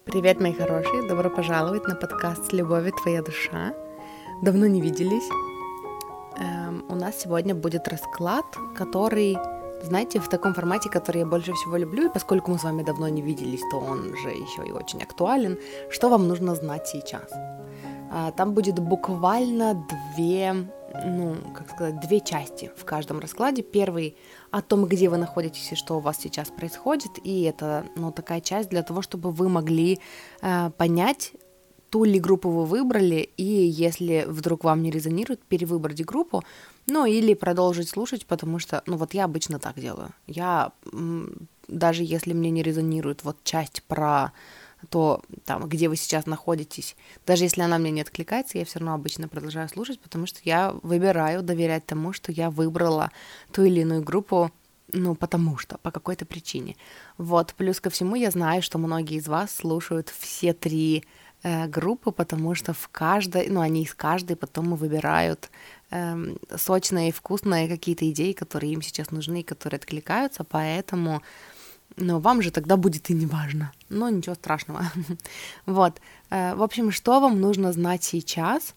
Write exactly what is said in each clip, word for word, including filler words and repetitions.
Привет, мои хорошие! Добро пожаловать на подкаст «С любовью твоя душа». Давно не виделись. Эм, у нас сегодня будет расклад, который, знаете, в таком формате, который я больше всего люблю, и поскольку мы с вами давно не виделись, то он же еще и очень актуален. Что вам нужно знать сейчас? Э, там будет буквально две, ну, как сказать, две части в каждом раскладе. Первый о том, где вы находитесь и что у вас сейчас происходит, и это, ну, такая часть для того, чтобы вы могли э, понять, ту ли группу вы выбрали, и если вдруг вам не резонирует, перевыбрать группу, ну, или продолжить слушать, потому что, ну, вот я обычно так делаю. Я, м, даже если мне не резонирует вот часть про то, там, где вы сейчас находитесь, даже если она мне не откликается, я все равно обычно продолжаю слушать, потому что я выбираю доверять тому, что я выбрала ту или иную группу, ну, потому что, по какой-то причине. Вот, плюс ко всему я знаю, что многие из вас слушают все три э, группы, потому что в каждой, ну, они из каждой потом выбирают э, сочные и вкусные какие-то идеи, которые им сейчас нужны и которые откликаются, поэтому... Но вам же тогда будет и не важно. Но ничего страшного. Вот. В общем, что вам нужно знать сейчас?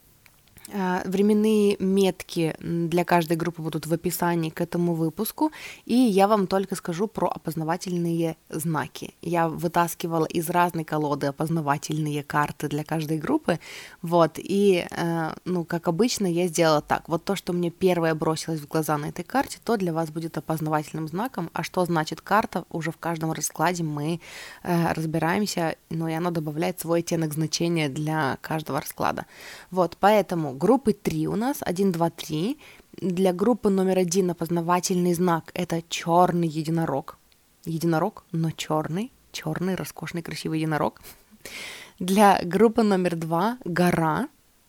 Временные метки для каждой группы будут в описании к этому выпуску, и я вам только скажу про опознавательные знаки. Я вытаскивала из разной колоды опознавательные карты для каждой группы, вот, и, ну, как обычно, я сделала так. Вот то, что мне первое бросилось в глаза на этой карте, то для вас будет опознавательным знаком, а что значит карта, уже в каждом раскладе мы разбираемся, но и оно добавляет свой оттенок значения для каждого расклада. Вот, поэтому группы три у нас, один, два, три. Для группы номер один опознавательный знак – это черный единорог. Единорог, но черный, черный, роскошный, красивый единорог. Для группы номер два – гора.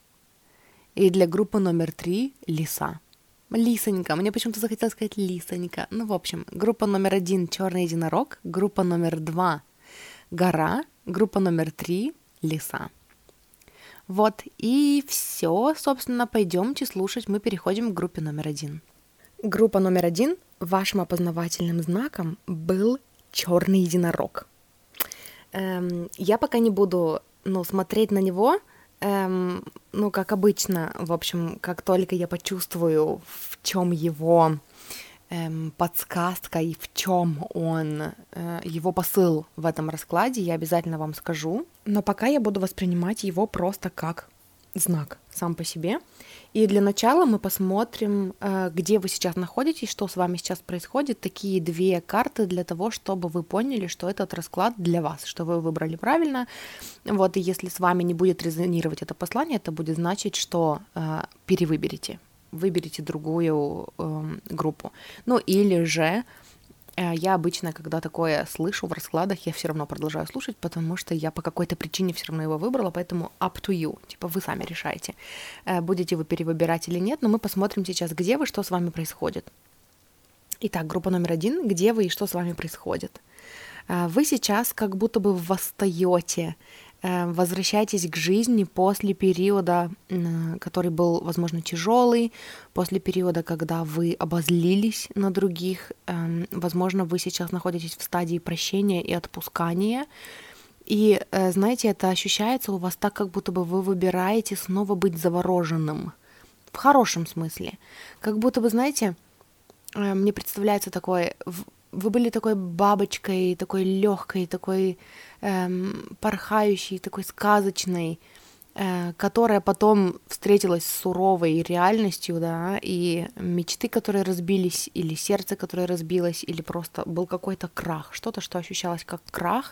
И для группы номер три – лиса. Лисонька, мне почему-то захотелось сказать лисонька. Ну, в общем, группа номер один – черный единорог, группа номер два – гора, группа номер три – лиса. Вот, и все, собственно, пойдемте слушать, мы переходим к группе номер один. Группа номер один, вашим опознавательным знаком был черный единорог. Эм, я пока не буду, ну, смотреть на него, эм, ну, как обычно, в общем, как только я почувствую, в чем его эм, подсказка и в чем он, э, его посыл в этом раскладе, я обязательно вам скажу. Но пока я буду воспринимать его просто как знак сам по себе. И для начала мы посмотрим, э, где вы сейчас находитесь, что с вами сейчас происходит. Такие две карты для того, чтобы вы поняли, что этот расклад для вас, что вы выбрали правильно. Вот, и если с вами не будет резонировать это послание, это будет значить, что э, перевыберите. Выберите другую э, группу. Ну или же э, я обычно, когда такое слышу в раскладах, я все равно продолжаю слушать, потому что я по какой-то причине все равно его выбрала, поэтому up to you, типа вы сами решаете, э, будете вы перевыбирать или нет, но мы посмотрим сейчас, где вы, что с вами происходит. Итак, группа номер один, где вы и что с вами происходит. Э, вы сейчас как будто бы восстаете, возвращайтесь к жизни после периода, который был, возможно, тяжелый, после периода, когда вы обозлились на других, возможно, вы сейчас находитесь в стадии прощения и отпускания, и, знаете, это ощущается у вас так, как будто бы вы выбираете снова быть завороженным, в хорошем смысле, как будто бы, знаете, мне представляется такое... Вы были такой бабочкой, такой легкой, такой эм, порхающей, такой сказочной, э, которая потом встретилась с суровой реальностью, да, и мечты, которые разбились, или сердце, которое разбилось, или просто был какой-то крах, что-то, что ощущалось как крах.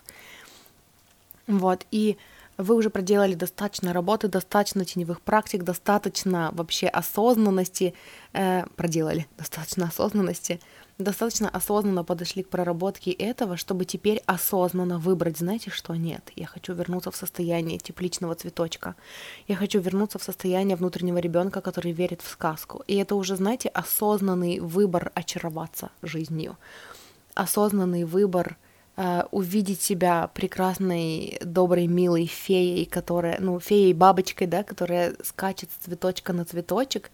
Вот, и вы уже проделали достаточно работы, достаточно теневых практик, достаточно вообще осознанности, э, проделали достаточно осознанности, достаточно осознанно подошли к проработке этого, чтобы теперь осознанно выбрать, знаете, что нет. Я хочу вернуться в состояние тепличного цветочка. Я хочу вернуться в состояние внутреннего ребенка, который верит в сказку. И это уже, знаете, осознанный выбор очароваться жизнью. Осознанный выбор э, увидеть себя прекрасной, доброй, милой феей, которая, ну, феей-бабочкой, да, которая скачет с цветочка на цветочек.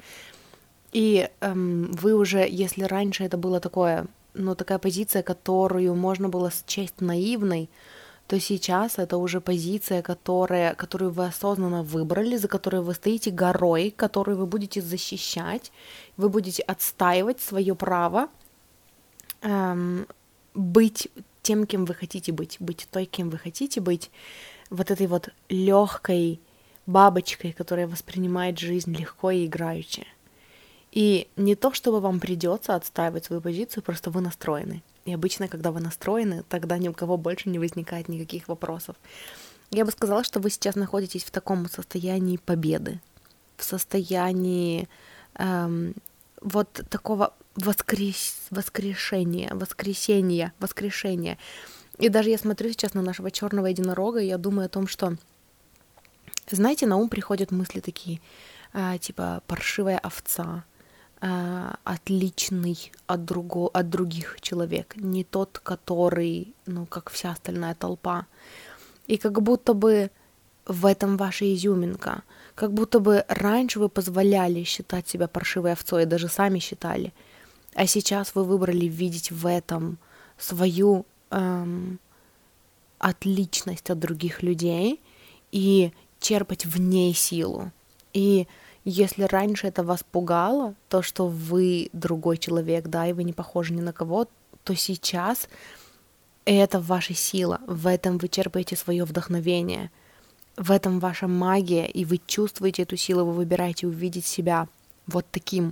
И эм, вы уже, если раньше это было такое, ну, такая позиция, которую можно было счесть наивной, то сейчас это уже позиция, которая, которую вы осознанно выбрали, за которой вы стоите горой, которую вы будете защищать, вы будете отстаивать свое право эм, быть тем, кем вы хотите быть, быть той, кем вы хотите быть, вот этой вот легкой бабочкой, которая воспринимает жизнь легко и играюще. И не то, чтобы вам придется отстаивать свою позицию, просто вы настроены. И обычно, когда вы настроены, тогда ни у кого больше не возникает никаких вопросов. Я бы сказала, что вы сейчас находитесь в таком состоянии победы, в состоянии эм, вот такого воскрес... воскрешения, воскресения, воскрешения. И даже я смотрю сейчас на нашего черного единорога, и я думаю о том, что, знаете, на ум приходят мысли такие, э, типа паршивая овца, отличный от, друго, от других человек, не тот, который, ну, как вся остальная толпа. И как будто бы в этом ваша изюминка, как будто бы раньше вы позволяли считать себя паршивой овцой, и даже сами считали, а сейчас вы выбрали видеть в этом свою эм, отличность от других людей и черпать в ней силу. И если раньше это вас пугало, то, что вы другой человек, да, и вы не похожи ни на кого, то сейчас это ваша сила, в этом вы черпаете свое вдохновение, в этом ваша магия, и вы чувствуете эту силу, вы выбираете увидеть себя вот таким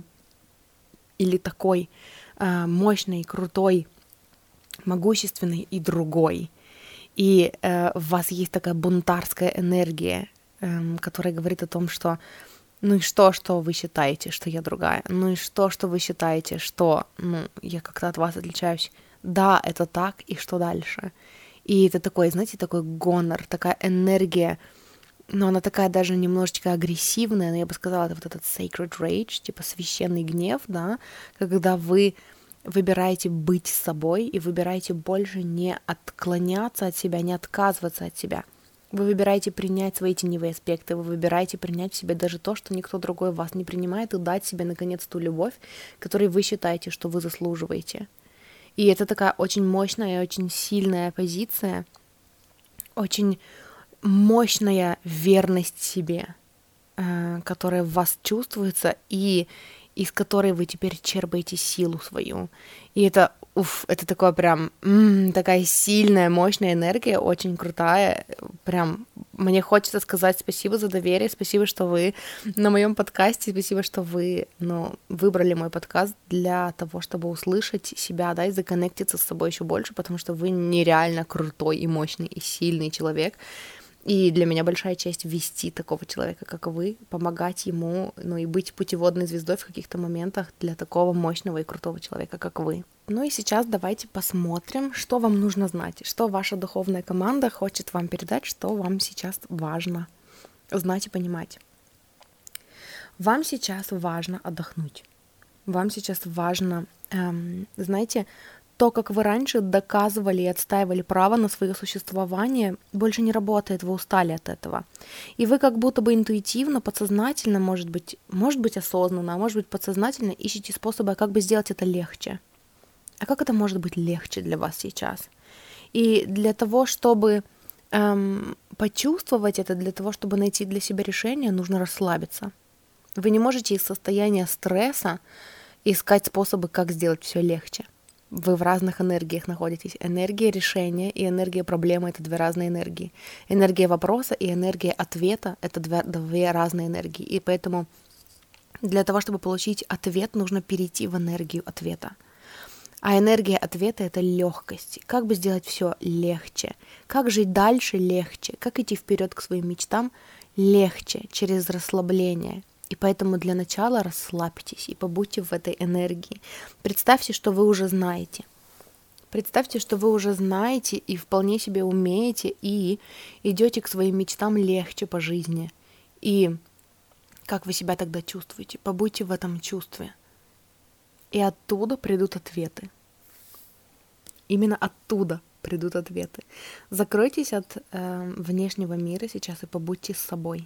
или такой э, мощной, крутой, могущественной и другой. И э, в вас есть такая бунтарская энергия, э, которая говорит о том, что ну и что, что вы считаете, что я другая? Ну и что, что вы считаете, что, ну, я как-то от вас отличаюсь? Да, это так, и что дальше? И это такой, знаете, такой гонор, такая энергия, но она такая даже немножечко агрессивная, но я бы сказала, это вот этот sacred rage, типа священный гнев, да, когда вы выбираете быть собой и выбираете больше не отклоняться от себя, не отказываться от себя. Вы выбираете принять свои теневые аспекты, вы выбираете принять в себе даже то, что никто другой вас не принимает, и дать себе, наконец, ту любовь, которой вы считаете, что вы заслуживаете. И это такая очень мощная и очень сильная позиция, очень мощная верность себе, которая в вас чувствуется, и из которой вы теперь черпаете силу свою. И это, уф, это такое прям, м-м, такая сильная, мощная энергия, очень крутая. Прям мне хочется сказать спасибо за доверие, спасибо, что вы на моем подкасте, спасибо, что вы, ну, выбрали мой подкаст для того, чтобы услышать себя, да, и законнектиться с собой еще больше, потому что вы нереально крутой и мощный и сильный человек. И для меня большая честь вести такого человека, как вы, помогать ему, ну и быть путеводной звездой в каких-то моментах для такого мощного и крутого человека, как вы. Ну и сейчас давайте посмотрим, что вам нужно знать, что ваша духовная команда хочет вам передать, что вам сейчас важно знать и понимать. Вам сейчас важно отдохнуть. Вам сейчас важно, эм, знаете, то, как вы раньше доказывали и отстаивали право на свое существование, больше не работает, вы устали от этого. И вы как будто бы интуитивно, подсознательно, может быть, может быть осознанно, а может быть подсознательно ищете способы, как бы сделать это легче. А как это может быть легче для вас сейчас? И для того, чтобы эм, почувствовать это, для того, чтобы найти для себя решение, нужно расслабиться. Вы не можете из состояния стресса искать способы, как сделать все легче. Вы в разных энергиях находитесь. Энергия решения и энергия проблемы — это две разные энергии. Энергия вопроса и энергия ответа — это две, две разные энергии. И поэтому для того, чтобы получить ответ, нужно перейти в энергию ответа. А энергия ответа — это легкость. Как бы сделать все легче? Как жить дальше легче? Как идти вперед к своим мечтам легче, через расслабление? И поэтому для начала расслабьтесь и побудьте в этой энергии. Представьте, что вы уже знаете. Представьте, что вы уже знаете и вполне себе умеете, и идете к своим мечтам легче по жизни. И как вы себя тогда чувствуете? Побудьте в этом чувстве. И оттуда придут ответы. Именно оттуда придут ответы. Закройтесь от э, внешнего мира сейчас и побудьте с собой.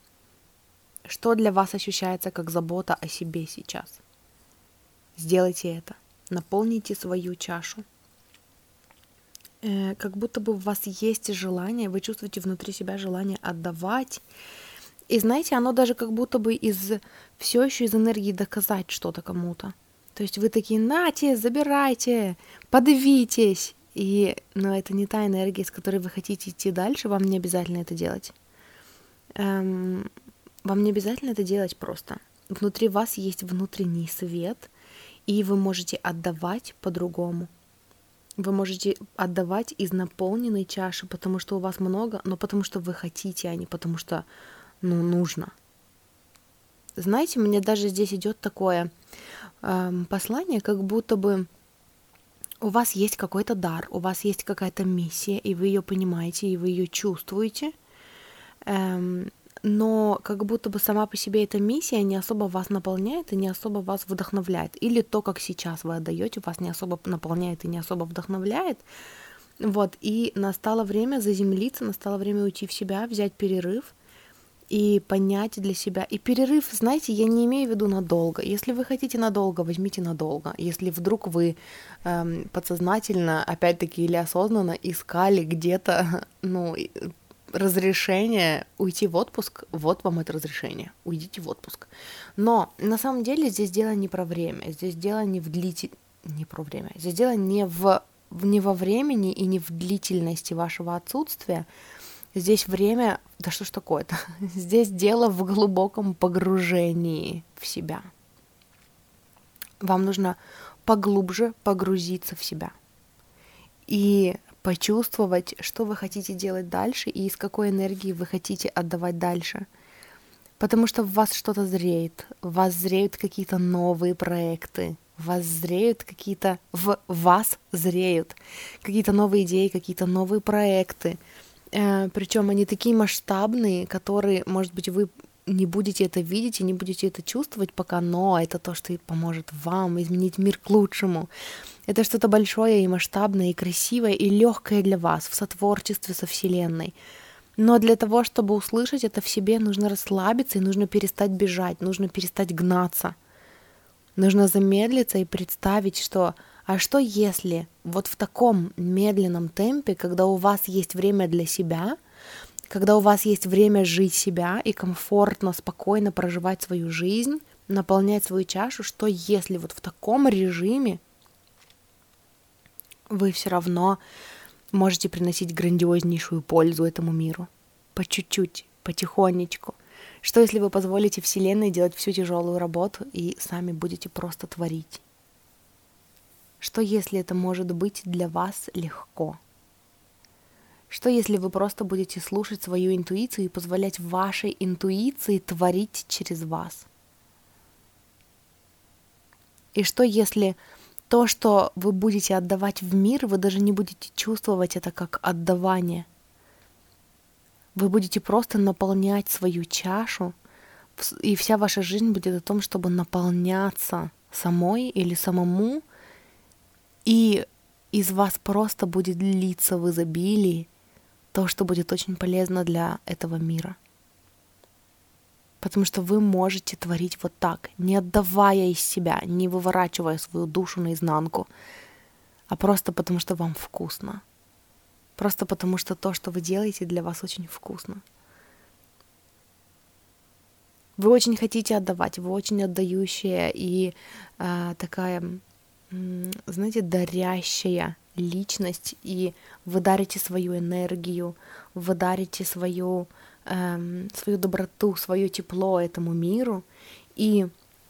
Что для вас ощущается как забота о себе сейчас? Сделайте это. Наполните свою чашу э, как будто бы у вас есть желание, вы чувствуете внутри себя желание отдавать. И знаете, оно даже как будто бы из все еще из энергии доказать что-то кому-то. То есть вы такие: нате, забирайте, подавитесь. И, но это не та энергия, с которой вы хотите идти дальше, вам не обязательно это делать. Эм, вам не обязательно это делать просто. Внутри вас есть внутренний свет, и вы можете отдавать по-другому. Вы можете отдавать из наполненной чаши, потому что у вас много, но потому что вы хотите, а не потому что, ну, нужно. Знаете, мне даже здесь идет такое эм, послание, как будто бы у вас есть какой-то дар, у вас есть какая-то миссия, и вы ее понимаете, и вы ее чувствуете, эм, но как будто бы сама по себе эта миссия не особо вас наполняет и не особо вас вдохновляет. Или то, как сейчас вы отдаете, вас не особо наполняет и не особо вдохновляет. Вот, и настало время заземлиться, настало время уйти в себя, взять перерыв и понять для себя. И перерыв, знаете, я не имею в виду надолго. Если вы хотите надолго, возьмите надолго. Если вдруг вы эм, подсознательно, опять-таки, или осознанно искали где-то, ну, разрешение уйти в отпуск, вот вам это разрешение. Уйдите в отпуск. Но на самом деле здесь дело не про время. Здесь дело не в длитель... Не про время. Здесь дело не, в... не во времени и не в длительности вашего отсутствия. Здесь время, да что ж такое-то, здесь дело в глубоком погружении в себя. Вам нужно поглубже погрузиться в себя и почувствовать, что вы хотите делать дальше и из какой энергии вы хотите отдавать дальше. Потому что в вас что-то зреет, в вас зреют какие-то новые проекты, в вас зреют какие-то, в вас зреют какие-то новые идеи, какие-то новые проекты. Причем они такие масштабные, которые, может быть, вы не будете это видеть и не будете это чувствовать пока, но это то, что и поможет вам изменить мир к лучшему. Это что-то большое и масштабное, и красивое, и легкое для вас в сотворчестве со Вселенной. Но для того, чтобы услышать это в себе, нужно расслабиться и нужно перестать бежать, нужно перестать гнаться. Нужно замедлиться и представить, что а что если вот в таком медленном темпе, когда у вас есть время для себя, когда у вас есть время жить себя и комфортно, спокойно проживать свою жизнь, наполнять свою чашу, что если вот в таком режиме вы все равно можете приносить грандиознейшую пользу этому миру? По чуть-чуть, потихонечку. Что если вы позволите Вселенной делать всю тяжелую работу и сами будете просто творить? Что если это может быть для вас легко? Что если вы просто будете слушать свою интуицию и позволять вашей интуиции творить через вас? И что если то, что вы будете отдавать в мир, вы даже не будете чувствовать это как отдавание? Вы будете просто наполнять свою чашу, и вся ваша жизнь будет о том, чтобы наполняться самой или самому, и из вас просто будет литься в изобилии то, что будет очень полезно для этого мира. Потому что вы можете творить вот так, не отдавая из себя, не выворачивая свою душу наизнанку, а просто потому что вам вкусно. Просто потому что то, что вы делаете, для вас очень вкусно. Вы очень хотите отдавать, вы очень отдающая и э, такая, э, знаете, дарящая личность, и вы дарите свою энергию, вы дарите свою, э, свою доброту, свое тепло этому миру, и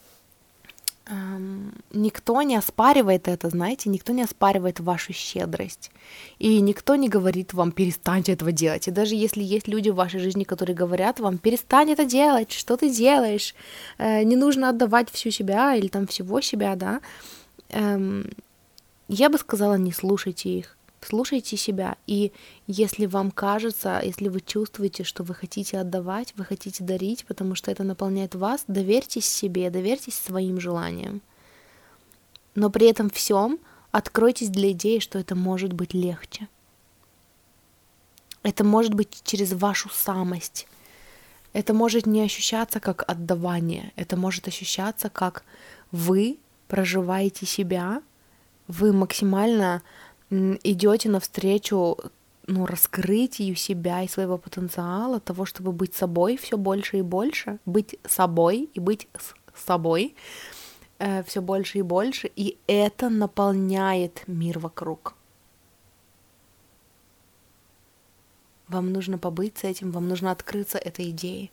э, никто не оспаривает это, знаете, никто не оспаривает вашу щедрость, и никто не говорит вам: перестаньте этого делать. И даже если есть люди в вашей жизни, которые говорят вам: перестань это делать, что ты делаешь, э, не нужно отдавать всю себя или там всего себя, да, э, я бы сказала, не слушайте их, слушайте себя. И если вам кажется, если вы чувствуете, что вы хотите отдавать, вы хотите дарить, потому что это наполняет вас, доверьтесь себе, доверьтесь своим желаниям. Но при этом всем откройтесь для идеи, что это может быть легче. Это может быть через вашу самость. Это может не ощущаться как отдавание, это может ощущаться как вы проживаете себя, вы максимально идете навстречу ну, раскрытию себя и своего потенциала, того, чтобы быть собой все больше и больше, быть собой и быть с собой э, все больше и больше, и это наполняет мир вокруг. Вам нужно побыть с этим, вам нужно открыться этой идее.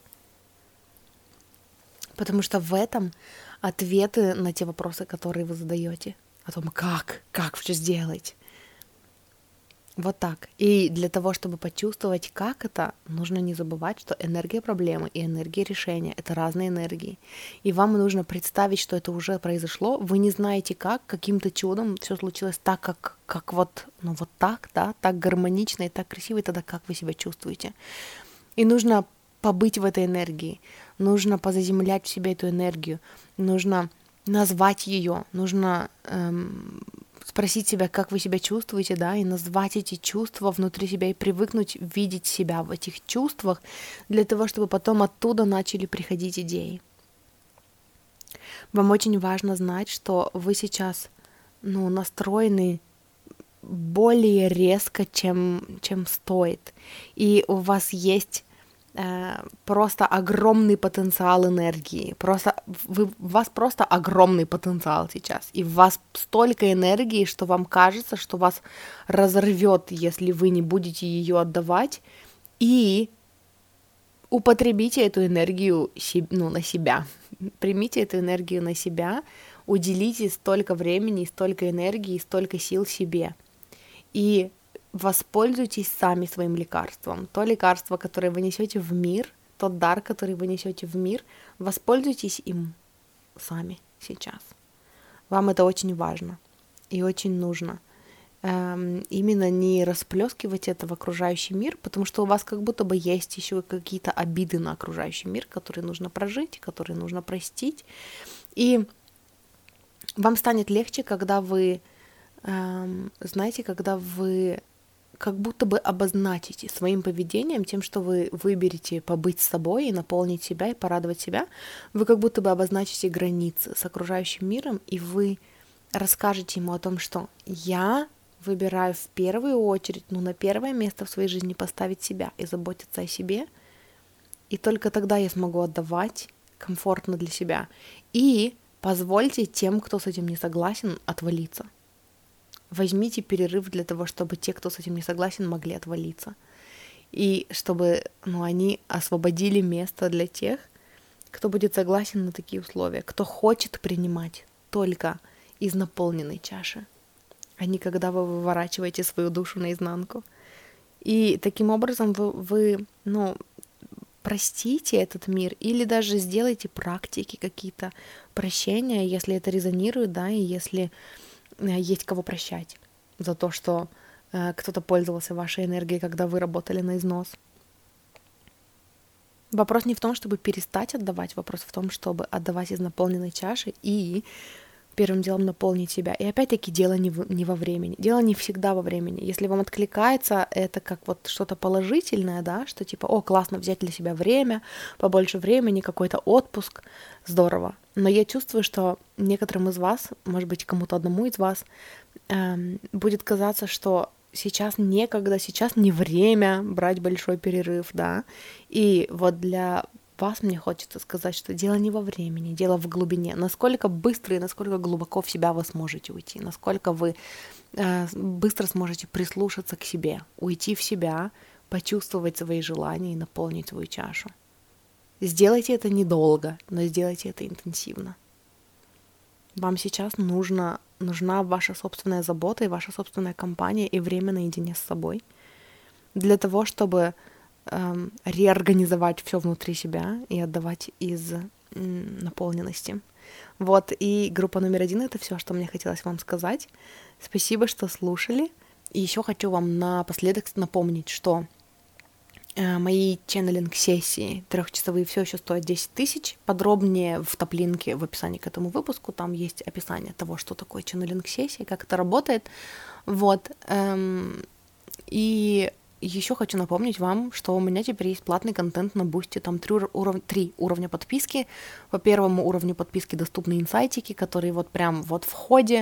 Потому что в этом ответы на те вопросы, которые вы задаете. О том, как, как все сделать. Вот так. И для того, чтобы почувствовать, как это, нужно не забывать, что энергия проблемы и энергия решения — это разные энергии. И вам нужно представить, что это уже произошло. Вы не знаете как, каким-то чудом все случилось так, как, как вот, ну вот так, да, так гармонично и так красиво, и тогда как вы себя чувствуете. И нужно побыть в этой энергии, нужно позаземлять в себе эту энергию, нужно назвать ее, нужно эм, спросить себя, как вы себя чувствуете, да, и назвать эти чувства внутри себя и привыкнуть видеть себя в этих чувствах для того, чтобы потом оттуда начали приходить идеи. Вам очень важно знать, что вы сейчас, ну, настроены более резко, чем, чем стоит, и у вас есть просто огромный потенциал энергии. Просто вы, у вас просто огромный потенциал сейчас. И у вас столько энергии, что вам кажется, что вас разорвет, если вы не будете ее отдавать. И употребите эту энергию ну, на себя. Примите эту энергию на себя. Уделите столько времени, столько энергии, столько сил себе. И воспользуйтесь сами своим лекарством. То лекарство, которое вы несете в мир, тот дар, который вы несете в мир, воспользуйтесь им сами сейчас. Вам это очень важно и очень нужно. Эм, именно не расплескивать это в окружающий мир, потому что у вас как будто бы есть еще какие-то обиды на окружающий мир, которые нужно прожить, которые нужно простить. И вам станет легче, когда вы, эм, знаете, когда вы как будто бы обозначите своим поведением, тем, что вы выберете побыть с собой и наполнить себя, и порадовать себя, вы как будто бы обозначите границы с окружающим миром, и вы расскажете ему о том, что я выбираю в первую очередь, ну, на первое место в своей жизни поставить себя и заботиться о себе, и только тогда я смогу отдавать комфортно для себя. И позвольте тем, кто с этим не согласен, отвалиться. Возьмите перерыв для того, чтобы те, кто с этим не согласен, могли отвалиться. И чтобы ну, они освободили место для тех, кто будет согласен на такие условия, кто хочет принимать только из наполненной чаши, а не когда вы выворачиваете свою душу наизнанку. И таким образом вы, вы ну, простите этот мир или даже сделайте практики какие-то прощения, если это резонирует, да, и если есть кого прощать за то, что э, кто-то пользовался вашей энергией, когда вы работали на износ. Вопрос не в том, чтобы перестать отдавать, вопрос в том, чтобы отдавать из наполненной чаши и первым делом наполнить себя. И опять-таки дело не, в, не во времени. Дело не всегда во времени. Если вам откликается это как вот что-то положительное, да, что типа, о, классно взять для себя время, побольше времени, какой-то отпуск, здорово. Но я чувствую, что некоторым из вас, может быть, кому-то одному из вас, эм, будет казаться, что сейчас некогда, сейчас не время брать большой перерыв, да. И вот для вас мне хочется сказать, что дело не во времени, дело в глубине. Насколько быстро и насколько глубоко в себя вы сможете уйти, насколько вы э, быстро сможете прислушаться к себе, уйти в себя, почувствовать свои желания и наполнить свою чашу. Сделайте это недолго, но сделайте это интенсивно. Вам сейчас нужно, нужна ваша собственная забота и ваша собственная компания и время наедине с собой для того, чтобы эм, реорганизовать все внутри себя и отдавать из м, наполненности. Вот, и группа номер один — это все, что мне хотелось вам сказать. Спасибо, что слушали. И еще хочу вам напоследок напомнить, что мои ченнелинг-сессии трехчасовые все еще стоят десять тысяч. Подробнее в топ-линке в описании к этому выпуску. Там есть описание того, что такое ченнелинг-сессия, как это работает. Вот. И еще хочу напомнить вам, что у меня теперь есть платный контент на Бусти. Там три, уров... три уровня подписки. По первому уровню подписки доступны инсайтики, которые вот прям вот в ходе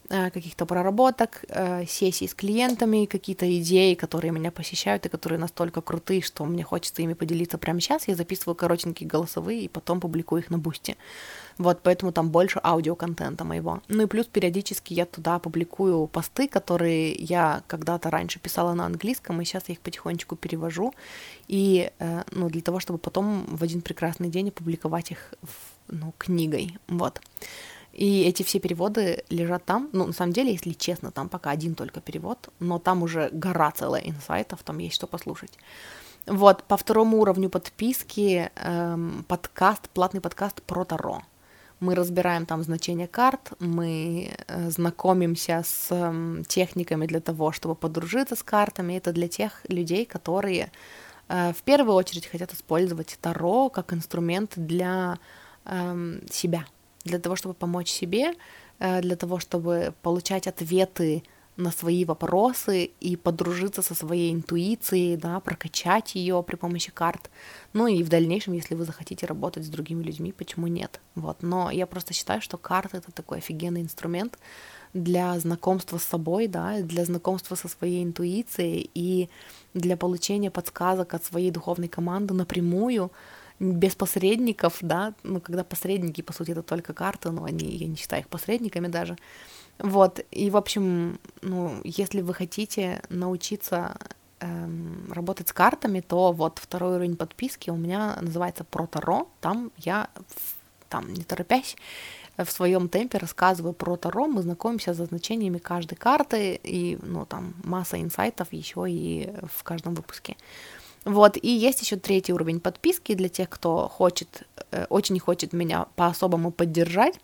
э, каких-то проработок, э, сессий с клиентами, какие-то идеи, которые меня посещают и которые настолько крутые, что мне хочется ими поделиться прямо сейчас. Я записываю коротенькие голосовые и потом публикую их на Бусти. Вот, поэтому там больше аудиоконтента моего. Ну и плюс периодически я туда публикую посты, которые я когда-то раньше писала на английском, и сейчас я их потихонечку перевожу, и, э, ну, для того, чтобы потом в один прекрасный день опубликовать их, в, ну, книгой, вот. И эти все переводы лежат там. Ну, на самом деле, если честно, там пока один только перевод, но там уже гора целая инсайтов, там есть что послушать. Вот, по второму уровню подписки эм, подкаст, платный подкаст про Таро. Мы разбираем там значение карт, мы э, знакомимся с э, техниками для того, чтобы подружиться с картами. Это для тех людей, которые э, в первую очередь хотят использовать Таро как инструмент для э, себя, для того, чтобы помочь себе, э, для того, чтобы получать ответы на свои вопросы и подружиться со своей интуицией, да, прокачать ее при помощи карт. Ну и в дальнейшем, если вы захотите работать с другими людьми, почему нет? Вот. Но я просто считаю, что карты — это такой офигенный инструмент для знакомства с собой, да, для знакомства со своей интуицией и для получения подсказок от своей духовной команды напрямую, без посредников, да, ну, когда посредники, по сути, это только карты, но они, я не считаю их посредниками даже. Вот, и, в общем, ну, если вы хотите научиться эм, работать с картами, то вот второй уровень подписки у меня называется «Про Таро». Там я, там, не торопясь, в своем темпе рассказываю про Таро, мы знакомимся со значениями каждой карты, и, ну, там, масса инсайтов еще и в каждом выпуске. Вот, и есть еще третий уровень подписки для тех, кто хочет, э, очень хочет меня по-особому поддержать.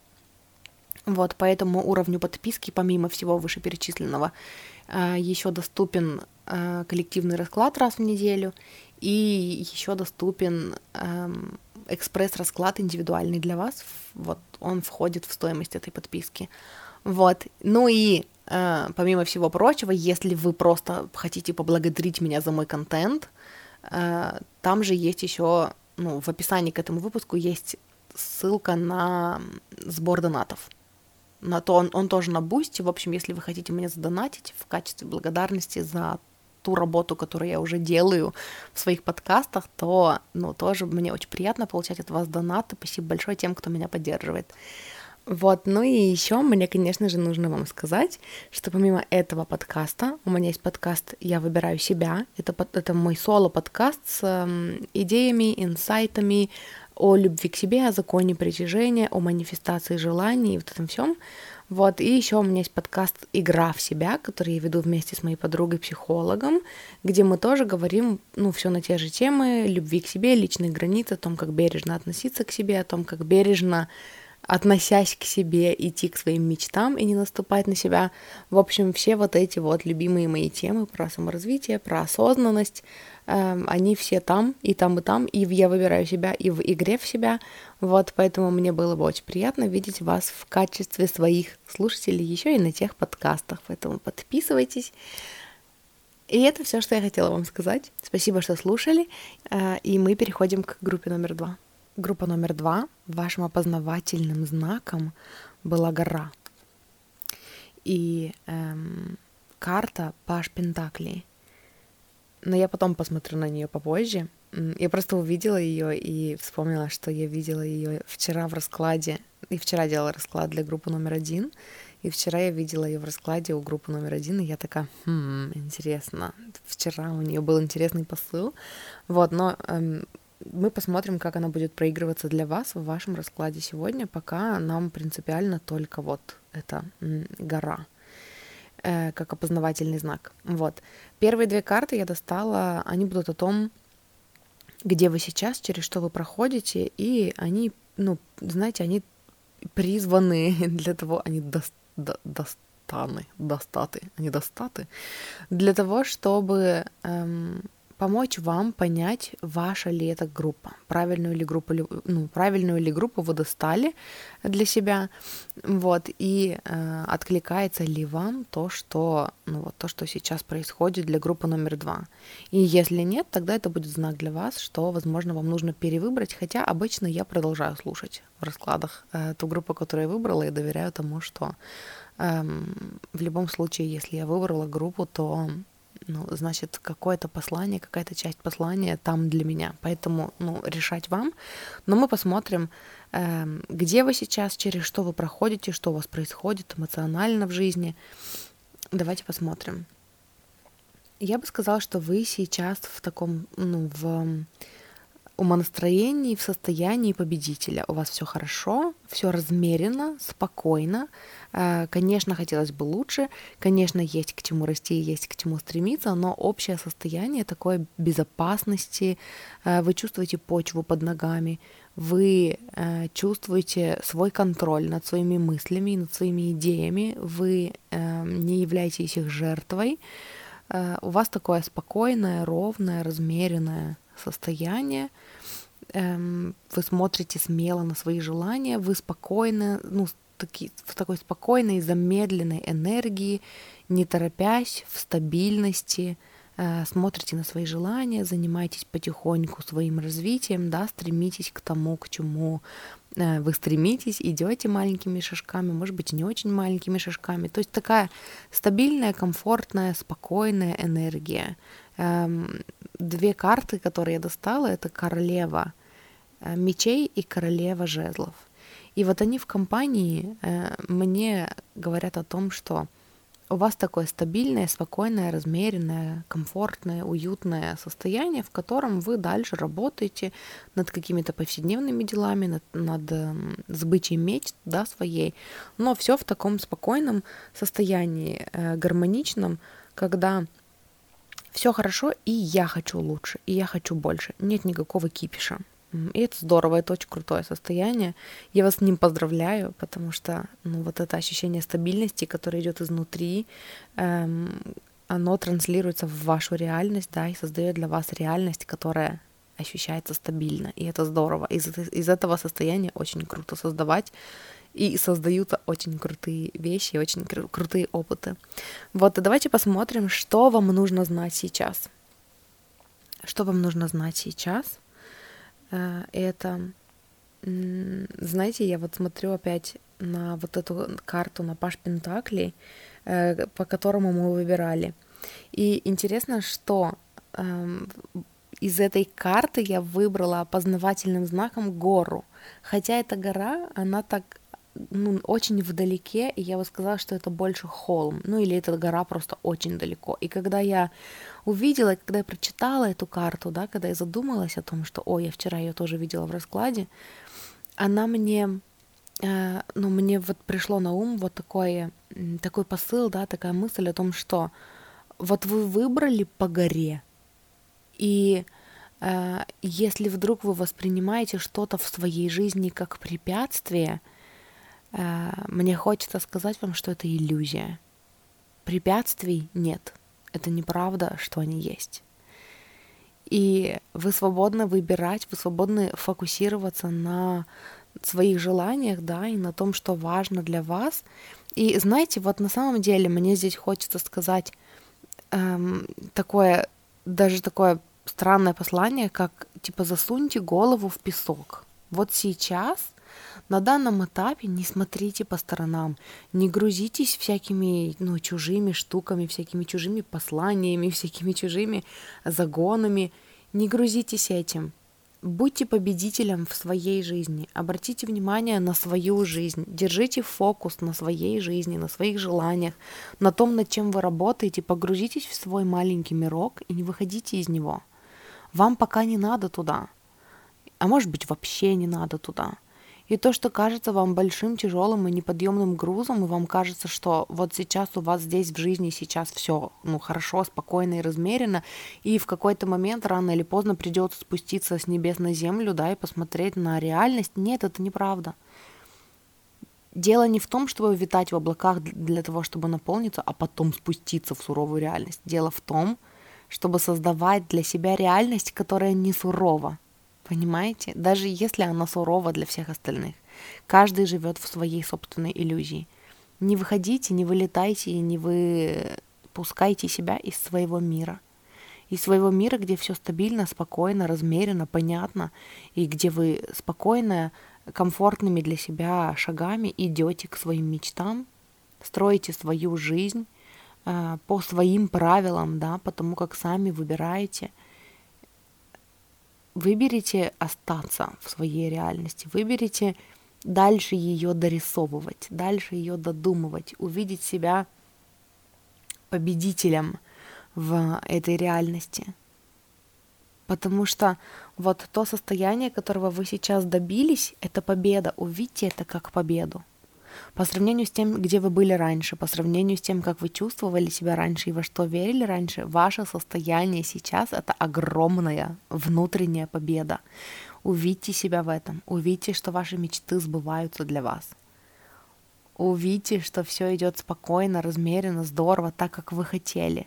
Вот, по этому уровню подписки, помимо всего вышеперечисленного, еще доступен коллективный расклад раз в неделю, и еще доступен экспресс-расклад индивидуальный для вас. Вот, он входит в стоимость этой подписки. Вот, ну и помимо всего прочего, если вы просто хотите поблагодарить меня за мой контент, там же есть еще, ну, в описании к этому выпуску есть ссылка на сбор донатов. На то он, он тоже на Бусти. В общем, если вы хотите мне задонатить в качестве благодарности за ту работу, которую я уже делаю в своих подкастах, то, ну, тоже мне очень приятно получать от вас донаты. Спасибо большое тем, кто меня поддерживает. Вот, ну и еще мне, конечно же, нужно вам сказать, что помимо этого подкаста, у меня есть подкаст «Я выбираю себя». Это, это мой соло-подкаст с э, идеями, инсайтами о любви к себе, о законе притяжения, о манифестации желаний и вот этом всем. Вот, и еще у меня есть подкаст «Игра в себя», который я веду вместе с моей подругой-психологом, где мы тоже говорим, ну, все на те же темы любви к себе, личных границ, о том, как бережно относиться к себе, о том, как бережно, относясь к себе, идти к своим мечтам и не наступать на себя. В общем, все вот эти вот любимые мои темы про саморазвитие, про осознанность, э, они все там, и там, и там, и я выбираю себя, и в игре в себя. Вот, поэтому мне было бы очень приятно видеть вас в качестве своих слушателей еще и на тех подкастах. Поэтому подписывайтесь. И это все, что я хотела вам сказать. Спасибо, что слушали, э, и мы переходим к группе номер два. Группа номер два, вашим опознавательным знаком была гора. И эм, карта Паж Пентаклей. Но я потом посмотрю на нее попозже. Я просто увидела ее и вспомнила, что я видела ее вчера в раскладе. И вчера делала расклад для группы номер один. И вчера я видела ее в раскладе у группы номер один. И я такая, хм, интересно. Вчера у нее был интересный посыл. Вот, но... Эм, мы посмотрим, как она будет проигрываться для вас в вашем раскладе сегодня, пока нам принципиально только вот эта м, гора, э, как опознавательный знак. Вот. Первые две карты я достала, они будут о том, где вы сейчас, через что вы проходите, и они, ну, знаете, они призваны для того, они до, до, достаны, достаты, они достаты, для того, чтобы... Эм, помочь вам понять, ваша ли это группа, правильную ли группу, ну, правильную ли группу вы достали для себя, вот, и э, откликается ли вам то, что, ну, вот, то, что сейчас происходит для группы номер два. И если нет, тогда это будет знак для вас, что, возможно, вам нужно перевыбрать, хотя обычно я продолжаю слушать в раскладах э, ту группу, которую я выбрала, и доверяю тому, что Эм, в любом случае, если я выбрала группу, то, ну, значит, какое-то послание, какая-то часть послания там для меня. Поэтому, ну, решать вам. Но мы посмотрим, эм, где вы сейчас, через что вы проходите, что у вас происходит эмоционально в жизни. Давайте посмотрим. Я бы сказала, что вы сейчас в таком, ну, в умонастроении, в состоянии победителя. У вас все хорошо, все размеренно, спокойно. Э, Конечно, хотелось бы лучше, конечно, есть к чему расти, есть к чему стремиться, но общее состояние такой безопасности, э, вы чувствуете почву под ногами, вы э, чувствуете свой контроль над своими мыслями, над своими идеями, вы э, не являетесь их жертвой. Э, У вас такое спокойное, ровное, размеренное состояние. Эм, Вы смотрите смело на свои желания, вы спокойно, ну, с таки- в такой спокойной, замедленной энергии, не торопясь, в стабильности, э, смотрите на свои желания, занимаетесь потихоньку своим развитием, да, стремитесь к тому, к чему э, вы стремитесь, идете маленькими шажками, может быть, не очень маленькими шажками. То есть такая стабильная, комфортная, спокойная энергия. Эм, Две карты, которые я достала, это королева э, мечей и королева жезлов. И вот они в компании э, мне говорят о том, что у вас такое стабильное, спокойное, размеренное, комфортное, уютное состояние, в котором вы дальше работаете над какими-то повседневными делами, над, над эм, сбычей мечт, да, своей, но все в таком спокойном состоянии, э, гармоничном, когда все хорошо, и я хочу лучше, и я хочу больше. Нет никакого кипиша. М, И это здорово, это очень крутое состояние. Я вас с ним поздравляю, потому что, ну, вот это ощущение стабильности, которое идет изнутри, эм, оно транслируется в вашу реальность, да, и создает для вас реальность, которая ощущается стабильно. И это здорово. Из, этой- из этого состояния очень круто создавать. И создаются очень крутые вещи, очень кру- крутые опыты. Вот, и давайте посмотрим, что вам нужно знать сейчас. Что вам нужно знать сейчас? Э, Это, м, знаете, я вот смотрю опять на вот эту карту, на Паш Пентаклей, э, по которому мы выбирали. И интересно, что эм, из этой карты я выбрала опознавательным знаком гору. Хотя эта гора, она так, ну, очень вдалеке, и я бы сказала, что это больше холм, ну или эта гора просто очень далеко. И когда я увидела, когда я прочитала эту карту, да, когда я задумалась о том, что, ой, я вчера ее тоже видела в раскладе, она мне, э, ну, мне вот пришло на ум вот такой, м, такой посыл, да, такая мысль о том, что вот вы выбрали по горе, и э, если вдруг вы воспринимаете что-то в своей жизни как препятствие, э, мне хочется сказать вам, что это иллюзия. Препятствий нет. Это неправда, что они есть. И вы свободны выбирать, вы свободны фокусироваться на своих желаниях, да, и на том, что важно для вас. И знаете, вот на самом деле мне здесь хочется сказать эм, такое, даже такое странное послание, как типа засуньте голову в песок. Вот сейчас, на данном этапе, не смотрите по сторонам, не грузитесь всякими, ну, чужими штуками, всякими чужими посланиями, всякими чужими загонами, не грузитесь этим. Будьте победителем в своей жизни, обратите внимание на свою жизнь, держите фокус на своей жизни, на своих желаниях, на том, над чем вы работаете, погрузитесь в свой маленький мирок и не выходите из него. Вам пока не надо туда, а может быть вообще не надо туда. И то, что кажется вам большим, тяжелым и неподъемным грузом, и вам кажется, что вот сейчас у вас здесь в жизни сейчас все, ну, хорошо, спокойно и размеренно, и в какой-то момент рано или поздно придется спуститься с небес на землю, да, и посмотреть на реальность. Нет, это неправда. Дело не в том, чтобы витать в облаках для того, чтобы наполниться, а потом спуститься в суровую реальность. Дело в том, чтобы создавать для себя реальность, которая не сурова. Понимаете? Даже если она сурова для всех остальных. Каждый живет в своей собственной иллюзии. Не выходите, не вылетайте, не выпускайте себя из своего мира. Из своего мира, где все стабильно, спокойно, размеренно, понятно, и где вы спокойно, комфортными для себя шагами идете к своим мечтам, строите свою жизнь э, по своим правилам, да, потому как сами выбираете. Выберите остаться в своей реальности, выберите дальше ее дорисовывать, дальше ее додумывать, увидеть себя победителем в этой реальности. Потому что вот то состояние, которого вы сейчас добились, это победа. Увидьте это как победу. По сравнению с тем, где вы были раньше, по сравнению с тем, как вы чувствовали себя раньше и во что верили раньше, ваше состояние сейчас — это огромная внутренняя победа. Увидьте себя в этом. Увидьте, что ваши мечты сбываются для вас. Увидьте, что все идет спокойно, размеренно, здорово, так, как вы хотели.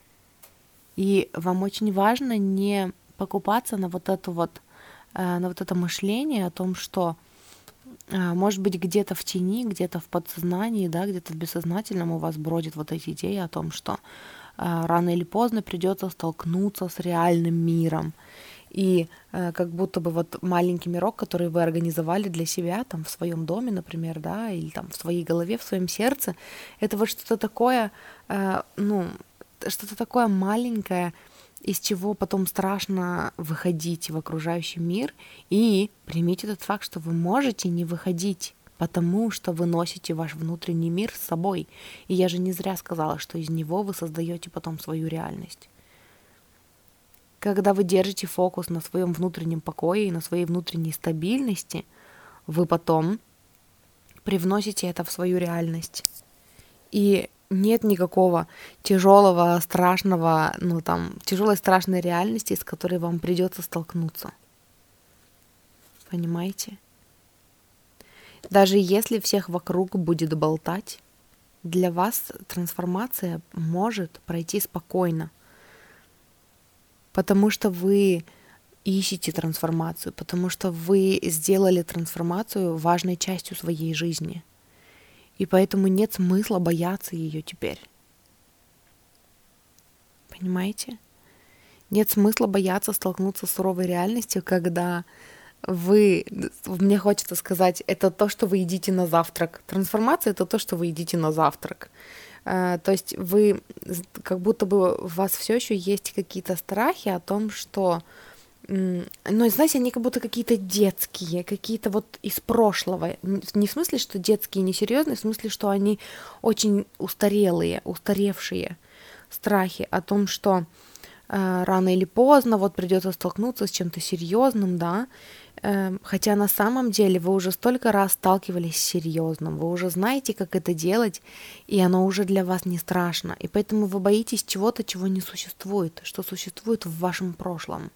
И вам очень важно не покупаться на вот это вот, на вот это мышление о том, что, может быть, где-то в тени, где-то в подсознании, да, где-то в бессознательном у вас бродят вот эти идеи о том, что рано или поздно придется столкнуться с реальным миром. И э, как будто бы вот маленький мирок, который вы организовали для себя там в своем доме, например, да, или там в своей голове, в своем сердце, это вот что-то такое, э, ну, что-то такое маленькое, из чего потом страшно выходить в окружающий мир. И примите этот факт, что вы можете не выходить, потому что вы носите ваш внутренний мир с собой. И я же не зря сказала, что из него вы создаете потом свою реальность. Когда вы держите фокус на своем внутреннем покое и на своей внутренней стабильности, вы потом привносите это в свою реальность. И нет никакого тяжелого, страшного, ну там, тяжелой, страшной реальности, с которой вам придется столкнуться. Понимаете? Даже если всех вокруг будет болтать, для вас трансформация может пройти спокойно. Потому что вы ищете трансформацию, потому что вы сделали трансформацию важной частью своей жизни. И поэтому нет смысла бояться ее теперь. Понимаете? Нет смысла бояться столкнуться с суровой реальностью, когда вы, мне хочется сказать, это то, что вы едите на завтрак. Трансформация — это то, что вы едите на завтрак. То есть вы, как будто бы у вас все еще есть какие-то страхи о том, что, ну, знаете, они как будто какие-то детские, какие-то вот из прошлого. Не в смысле, что детские несерьезные, в смысле, что они очень устарелые, устаревшие страхи о том, что э, рано или поздно вот придется столкнуться с чем-то серьезным, да, хотя на самом деле вы уже столько раз сталкивались с серьезным, вы уже знаете, как это делать, и оно уже для вас не страшно. И поэтому вы боитесь чего-то, чего не существует, что существует в вашем прошлом.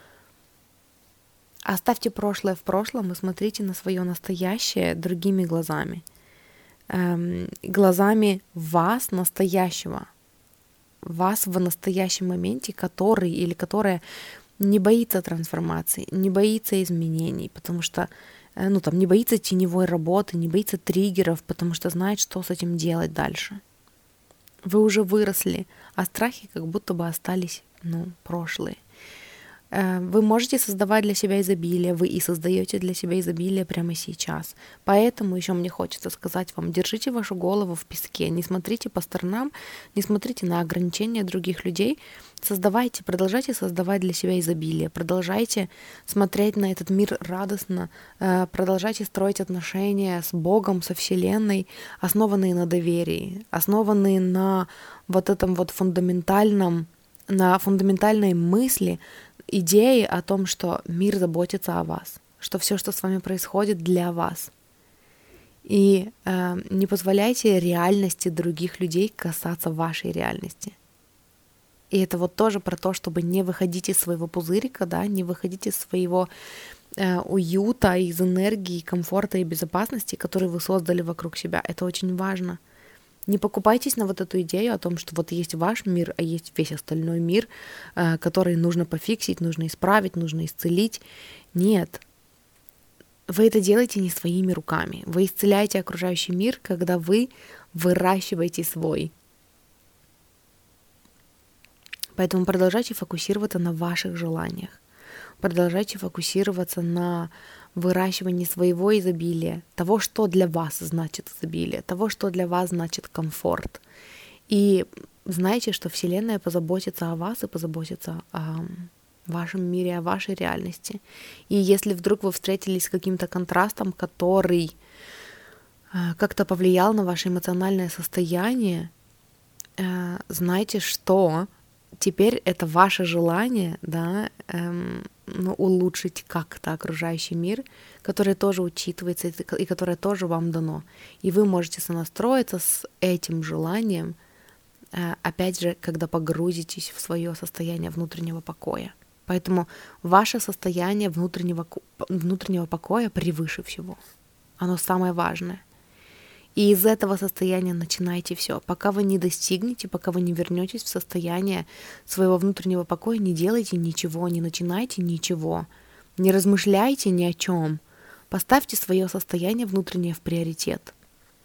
Оставьте прошлое в прошлом и смотрите на свое настоящее другими глазами. Эм, глазами вас, настоящего. Вас в настоящем моменте, который или которая не боится трансформации, не боится изменений, потому что, ну, там, не боится теневой работы, не боится триггеров, потому что знает, что с этим делать дальше. Вы уже выросли, а страхи как будто бы остались, ну, прошлые. Вы можете создавать для себя изобилие, вы и создаете для себя изобилие прямо сейчас. Поэтому еще мне хочется сказать вам, держите вашу голову в песке, не смотрите по сторонам, не смотрите на ограничения других людей, создавайте, продолжайте создавать для себя изобилие, продолжайте смотреть на этот мир радостно, продолжайте строить отношения с Богом, со Вселенной, основанные на доверии, основанные на вот этом вот фундаментальном, на фундаментальной мысли, идеи о том, что мир заботится о вас, что все, что с вами происходит, для вас. И э, не позволяйте реальности других людей касаться вашей реальности. И это вот тоже про то, чтобы не выходить из своего пузырика, да, не выходить из своего э, уюта, из энергии, комфорта и безопасности, которые вы создали вокруг себя. Это очень важно. Не покупайтесь на вот эту идею о том, что вот есть ваш мир, а есть весь остальной мир, который нужно пофиксить, нужно исправить, нужно исцелить. Нет. Вы это делаете не своими руками. Вы исцеляете окружающий мир, когда вы выращиваете свой. Поэтому продолжайте фокусироваться на ваших желаниях. Продолжайте фокусироваться на выращивании своего изобилия, того, что для вас значит изобилие, того, что для вас значит комфорт. И знайте, что Вселенная позаботится о вас и позаботится о вашем мире, о вашей реальности. И если вдруг вы встретились с каким-то контрастом, который как-то повлиял на ваше эмоциональное состояние, знайте, что теперь это ваше желание, да, эм, ну, улучшить как-то окружающий мир, которое тоже учитывается и которое тоже вам дано. И вы можете сонастроиться с этим желанием, э, опять же, когда погрузитесь в свое состояние внутреннего покоя. Поэтому ваше состояние внутреннего, внутреннего покоя превыше всего. Оно самое важное. И из этого состояния начинайте все. Пока вы не достигнете, пока вы не вернетесь в состояние своего внутреннего покоя, не делайте ничего, не начинайте ничего, не размышляйте ни о чем. Поставьте свое состояние внутреннее в приоритет.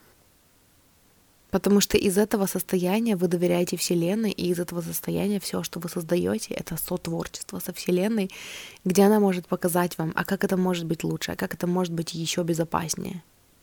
Потому что из этого состояния вы доверяете Вселенной, и из этого состояния все, что вы создаете, это сотворчество со Вселенной, где она может показать вам, а как это может быть лучше, а как это может быть еще безопаснее.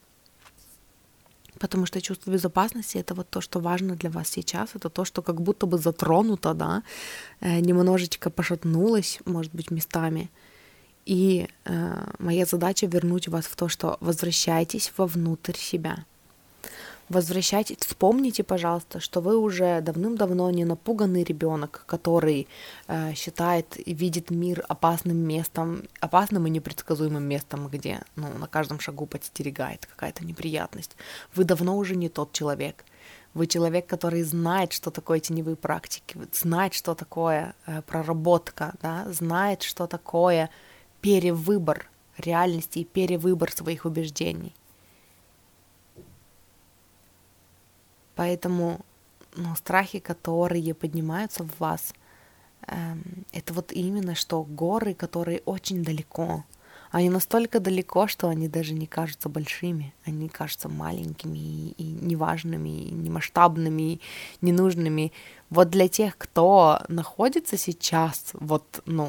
Потому что чувство безопасности — это вот то, что важно для вас сейчас, это то, что как будто бы затронуто, да, немножечко пошатнулось, может быть, местами. И э, моя задача вернуть вас в то, что возвращайтесь вовнутрь себя. Возвращайтесь, вспомните, пожалуйста, что вы уже давным-давно не напуганный ребенок, который э, считает и видит мир опасным местом, опасным и непредсказуемым местом, где, ну, на каждом шагу подстерегает какая-то неприятность. Вы давно уже не тот человек. Вы человек, который знает, что такое теневые практики, знает, что такое э, проработка, да, знает, что такое перевыбор реальности и перевыбор своих убеждений. Поэтому, ну, страхи, которые поднимаются в вас, эм, это вот именно что горы, которые очень далеко. Они настолько далеко, что они даже не кажутся большими, они кажутся маленькими и, и неважными, и немасштабными, и ненужными. Вот для тех, кто находится сейчас вот, ну,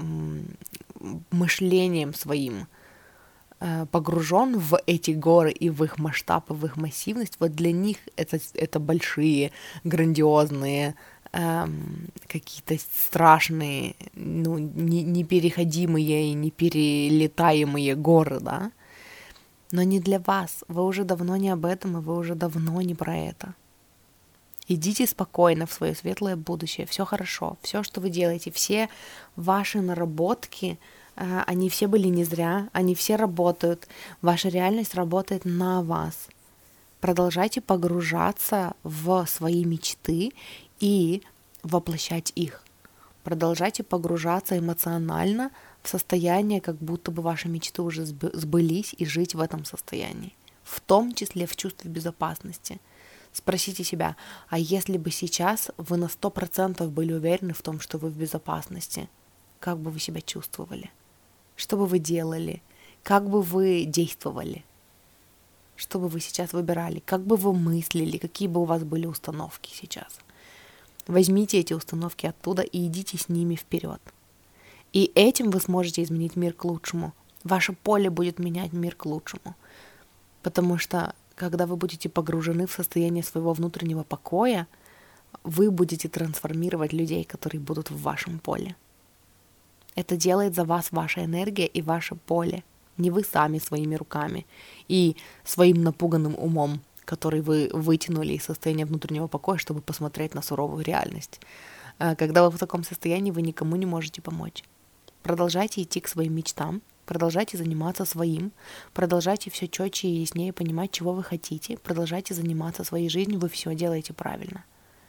мышлением своим погружен в эти горы и в их масштаб, и в их массивность, вот для них это, это большие, грандиозные, эм, какие-то страшные, ну, не, непереходимые и неперелетаемые горы, да? Но не для вас. Вы уже давно не об этом, и вы уже давно не про это. Идите спокойно в свое светлое будущее, все хорошо, все, что вы делаете, все ваши наработки, они все были не зря, они все работают. Ваша реальность работает на вас. Продолжайте погружаться в свои мечты и воплощать их. Продолжайте погружаться эмоционально в состояние, как будто бы ваши мечты уже сбылись, и жить в этом состоянии. В том числе в чувстве безопасности. Спросите себя, а если бы сейчас вы на сто процентов были уверены в том, что вы в безопасности, как бы вы себя чувствовали? Что бы вы делали? Как бы вы действовали? Что бы вы сейчас выбирали? Как бы вы мыслили? Какие бы у вас были установки сейчас? Возьмите эти установки оттуда и идите с ними вперед. И этим вы сможете изменить мир к лучшему. Ваше поле будет менять мир к лучшему. Потому что, когда вы будете погружены в состояние своего внутреннего покоя, вы будете трансформировать людей, которые будут в вашем поле. Это делает за вас ваша энергия и ваше поле, не вы сами своими руками и своим напуганным умом, который вы вытянули из состояния внутреннего покоя, чтобы посмотреть на суровую реальность. Когда вы в таком состоянии, вы никому не можете помочь. Продолжайте идти к своим мечтам, продолжайте заниматься своим, продолжайте все четче и яснее понимать, чего вы хотите, продолжайте заниматься своей жизнью, вы все делаете правильно.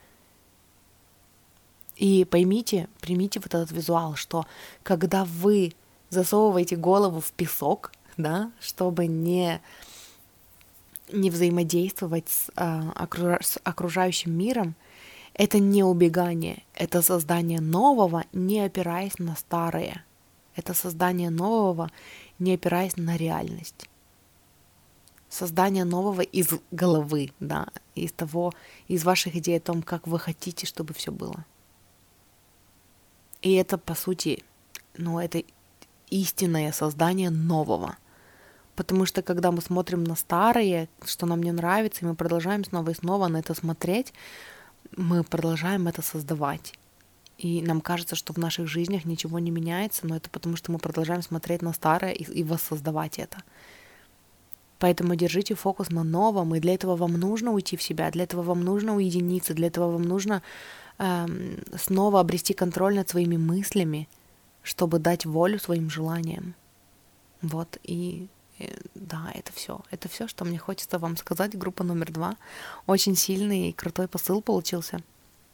И поймите, примите вот этот визуал, что когда вы засовываете голову в песок, да, чтобы не, не взаимодействовать с, а, окружа, с окружающим миром, это не убегание, это создание нового, не опираясь на старое. Это создание нового, не опираясь на реальность. Создание нового из головы, да, из того, из ваших идей о том, как вы хотите, чтобы все было. И это, по сути, ну, это истинное создание нового. Потому что когда мы смотрим на старое, что нам не нравится, и мы продолжаем снова и снова на это смотреть, мы продолжаем это создавать. И нам кажется, что в наших жизнях ничего не меняется, но это потому, что мы продолжаем смотреть на старое и, и воссоздавать это. Поэтому держите фокус на новом, и для этого вам нужно уйти в себя, для этого вам нужно уединиться, для этого вам нужно эм, снова обрести контроль над своими мыслями, чтобы дать волю своим желаниям. Вот, и э, да, это все. Это все, что мне хочется вам сказать. Группа номер два. Очень сильный и крутой посыл получился.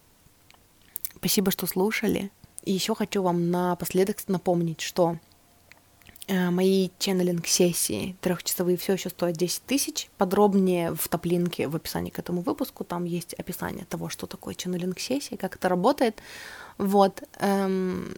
Спасибо, что слушали. И еще хочу вам напоследок напомнить, что э, мои ченнелинг-сессии трехчасовые все еще стоят десять тысяч. Подробнее в топлинке в описании к этому выпуску. Там есть описание того, что такое ченнелинг-сессии, как это работает. Вот. Эм,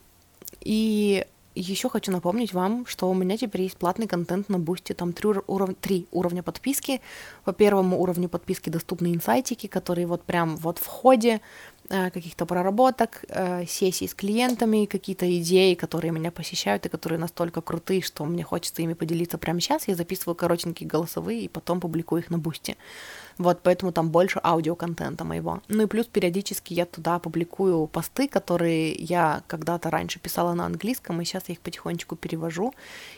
и еще хочу напомнить вам, что у меня теперь есть платный контент на Бусти. Там три, уров... три уровня подписки. По первому уровню подписки доступны инсайтики, которые вот прям вот в ходе каких-то проработок, сессий с клиентами, какие-то идеи, которые меня посещают и которые настолько крутые, что мне хочется ими поделиться прямо сейчас. Я записываю коротенькие голосовые и потом публикую их на Бусти. Вот, поэтому там больше аудиоконтента моего. Ну и плюс периодически я туда публикую посты, которые я когда-то раньше писала на английском, и сейчас я их потихонечку перевожу.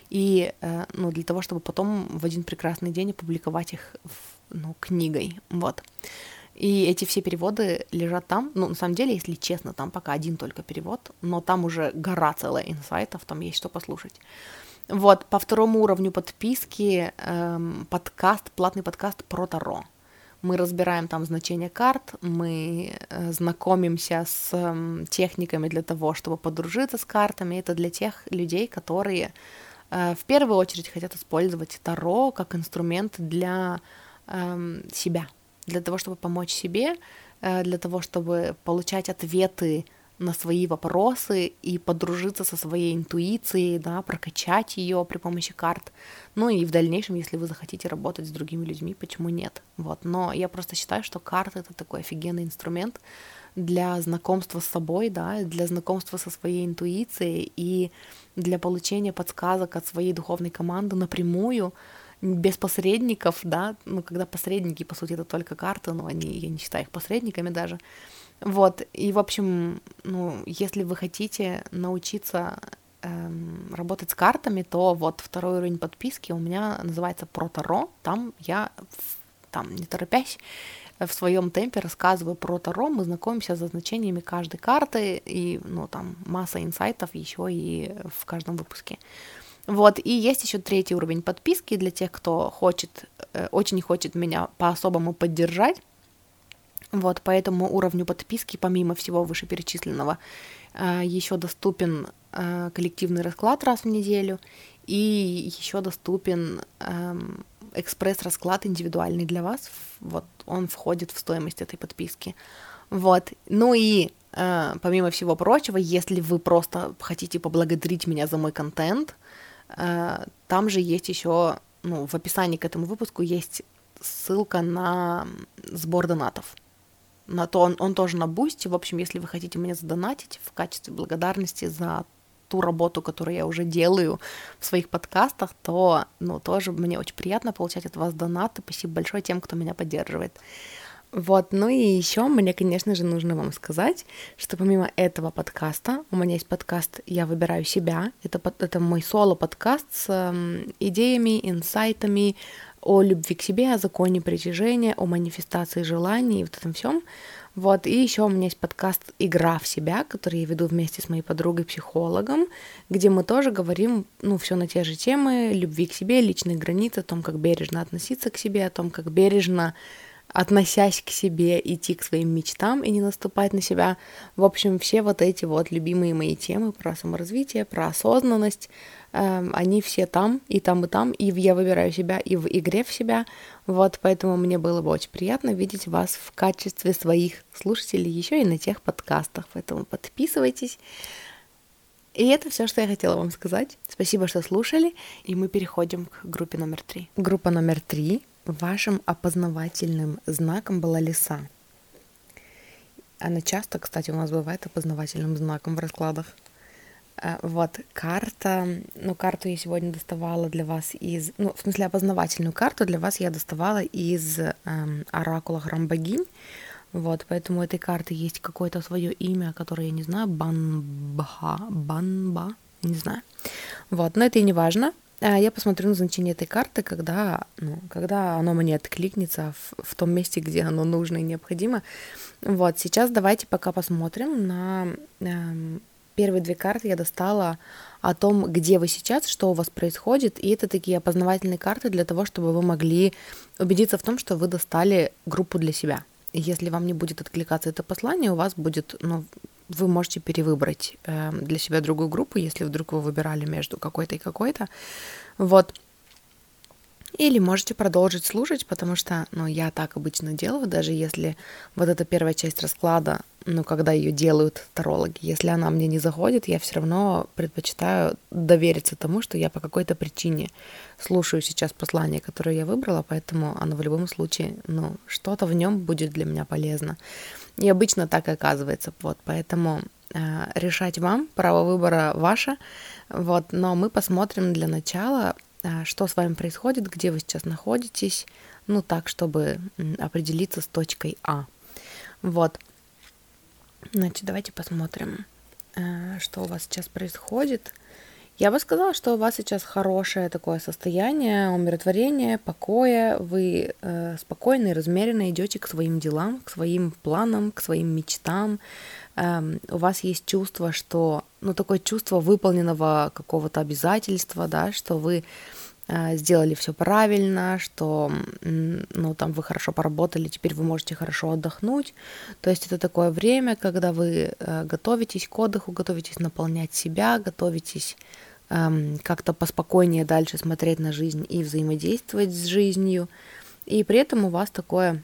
И ну, для того, чтобы потом в один прекрасный день опубликовать их ну, книгой. Вот. И эти все переводы лежат там. Ну, на самом деле, если честно, там пока один только перевод, но там уже гора целая инсайтов, там есть что послушать. Вот, по второму уровню подписки эм, подкаст, платный подкаст про Таро. Мы разбираем там значение карт, мы э, знакомимся с э, техниками для того, чтобы подружиться с картами. Это для тех людей, которые э, в первую очередь хотят использовать Таро как инструмент для э, себя. Для того, чтобы помочь себе, для того, чтобы получать ответы на свои вопросы и подружиться со своей интуицией, да, прокачать ее при помощи карт. Ну и в дальнейшем, если вы захотите работать с другими людьми, почему нет? Вот. Но я просто считаю, что карты — это такой офигенный инструмент для знакомства с собой, да, для знакомства со своей интуицией и для получения подсказок от своей духовной команды напрямую, без посредников, да, ну, когда посредники, по сути, это только карты, но они, я не считаю их посредниками даже, вот, и, в общем, ну, если вы хотите научиться эм, работать с картами, то вот второй уровень подписки у меня называется «Про Таро», там я, там, не торопясь, в своем темпе рассказываю про Таро, мы знакомимся со значениями каждой карты, и, ну, там, масса инсайтов еще и в каждом выпуске. Вот, и есть еще третий уровень подписки для тех, кто хочет, очень хочет меня по-особому поддержать. Вот, по этому уровню подписки, помимо всего вышеперечисленного, еще доступен коллективный расклад раз в неделю, и еще доступен экспресс-расклад индивидуальный для вас. Вот, он входит в стоимость этой подписки. Вот, ну и помимо всего прочего, если вы просто хотите поблагодарить меня за мой контент, там же есть еще, ну, в описании к этому выпуску есть ссылка на сбор донатов. На то, он, он тоже на Бусти. В общем, если вы хотите меня задонатить в качестве благодарности за ту работу, которую я уже делаю в своих подкастах, то, ну, тоже мне очень приятно получать от вас донаты. Спасибо большое тем, кто меня поддерживает. Вот, ну и еще мне, конечно же, нужно вам сказать, что помимо этого подкаста, у меня есть подкаст «Я выбираю себя». Это, это мой соло-подкаст с э, идеями, инсайтами о любви к себе, о законе притяжения, о манифестации желаний и вот этом всем. Вот, и еще у меня есть подкаст «Игра в себя», который я веду вместе с моей подругой-психологом, где мы тоже говорим, ну, все на те же темы любви к себе, личные границы, о том, как бережно относиться к себе, о том, как бережно, относясь к себе, идти к своим мечтам и не наступать на себя. В общем, все вот эти вот любимые мои темы про саморазвитие, про осознанность, э, они все там, и там, и там, и я выбираю себя, и в игре в себя. Вот, поэтому мне было бы очень приятно видеть вас в качестве своих слушателей еще и на тех подкастах. Поэтому подписывайтесь. И это все, что я хотела вам сказать. Спасибо, что слушали, и мы переходим к группе номер три. Группа номер три. Вашим опознавательным знаком была лиса. Она часто, кстати, у нас бывает опознавательным знаком в раскладах. Э, Вот, карта, ну, карту я сегодня доставала для вас из, ну, в смысле, опознавательную карту для вас я доставала из эм, оракула Храм богинь, вот, поэтому у этой карты есть какое-то свое имя, которое я не знаю, Банбха, Банба, не знаю, вот, но это и не важно. А Я посмотрю на значение этой карты, когда, ну, когда оно мне откликнется в, в том месте, где оно нужно и необходимо. Вот, сейчас давайте пока посмотрим на эм, первые две карты я достала о том, где вы сейчас, что у вас происходит, и это такие опознавательные карты для того, чтобы вы могли убедиться в том, что вы достали группу для себя. И если вам не будет откликаться это послание, у вас будет, ну, вы можете перевыбрать э, для себя другую группу, если вдруг вы выбирали между какой-то и какой-то. Вот. Или можете продолжить слушать, потому что, ну, я так обычно делаю, даже если вот эта первая часть расклада, ну, когда ее делают тарологи, если она мне не заходит, я все равно предпочитаю довериться тому, что я по какой-то причине слушаю сейчас послание, которое я выбрала, поэтому оно в любом случае, ну, что-то в нем будет для меня полезно. И обычно так и оказывается, вот, поэтому э, решать вам, право выбора ваше, вот, но мы посмотрим для начала, а, что с вами происходит, где вы сейчас находитесь, ну так, чтобы м, определиться с точкой А. Вот, значит, давайте посмотрим, э, что у вас сейчас происходит. Я бы сказала, что у вас сейчас хорошее такое состояние умиротворения, покоя. Вы э, спокойно и размеренно идете к своим делам, к своим планам, к своим мечтам. Эм, у вас есть чувство, что, ну, такое чувство выполненного какого-то обязательства, да, что вы э, сделали все правильно, что, м, ну, там вы хорошо поработали, теперь вы можете хорошо отдохнуть. То есть это такое время, когда вы э, готовитесь к отдыху, готовитесь наполнять себя, готовитесь эм, как-то поспокойнее дальше смотреть на жизнь и взаимодействовать с жизнью. И при этом у вас такое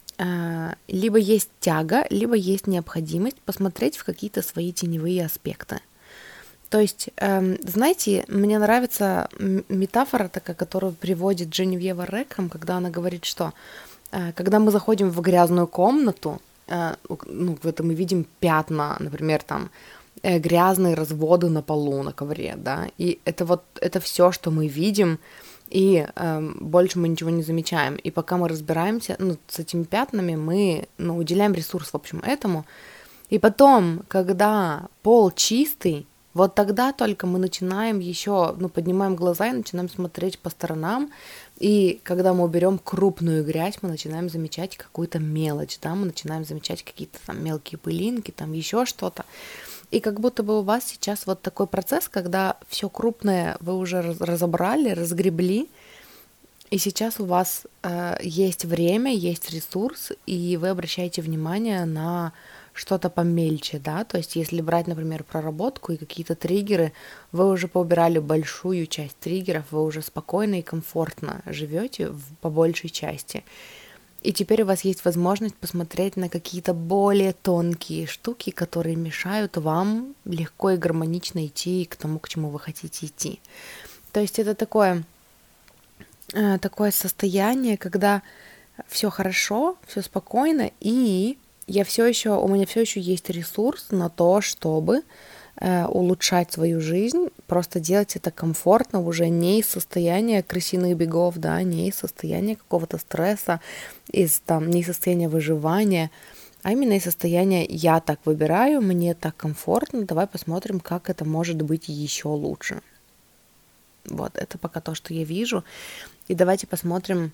э, либо есть тяга, либо есть необходимость посмотреть в какие-то свои теневые аспекты. То есть, эм, знаете, мне нравится м- метафора такая, которую приводит Дженевьева Рэкхэм, когда она говорит, что э, когда мы заходим в грязную комнату, э, у- ну, в этом мы видим пятна, например, там э, грязные разводы на полу, на ковре, да, и это вот, это все, что мы видим, и эм, больше мы ничего не замечаем. И пока мы разбираемся, ну, с этими пятнами, мы, ну, уделяем ресурс, в общем, этому. И потом, когда пол чистый, вот тогда только мы начинаем еще, ну, поднимаем глаза и начинаем смотреть по сторонам. И когда мы уберем крупную грязь, мы начинаем замечать какую-то мелочь, да, мы начинаем замечать какие-то там мелкие пылинки, там еще что-то. И как будто бы у вас сейчас вот такой процесс, когда все крупное вы уже раз- разобрали, разгребли, и сейчас у вас э, есть время, есть ресурс, и вы обращаете внимание на что-то помельче, да, то есть если брать, например, проработку и какие-то триггеры, вы уже поубирали большую часть триггеров, вы уже спокойно и комфортно живете в, по большей части. И теперь у вас есть возможность посмотреть на какие-то более тонкие штуки, которые мешают вам легко и гармонично идти к тому, к чему вы хотите идти. То есть это такое, э, такое состояние, когда все хорошо, все спокойно, и я все еще, у меня все еще есть ресурс на то, чтобы э, улучшать свою жизнь, просто делать это комфортно, уже не из состояния крысиных бегов, да, не из состояния какого-то стресса, из там, не из состояния выживания, а именно из состояния «я так выбираю, мне так комфортно, давай посмотрим, как это может быть еще лучше». Вот, это пока то, что я вижу. И давайте посмотрим.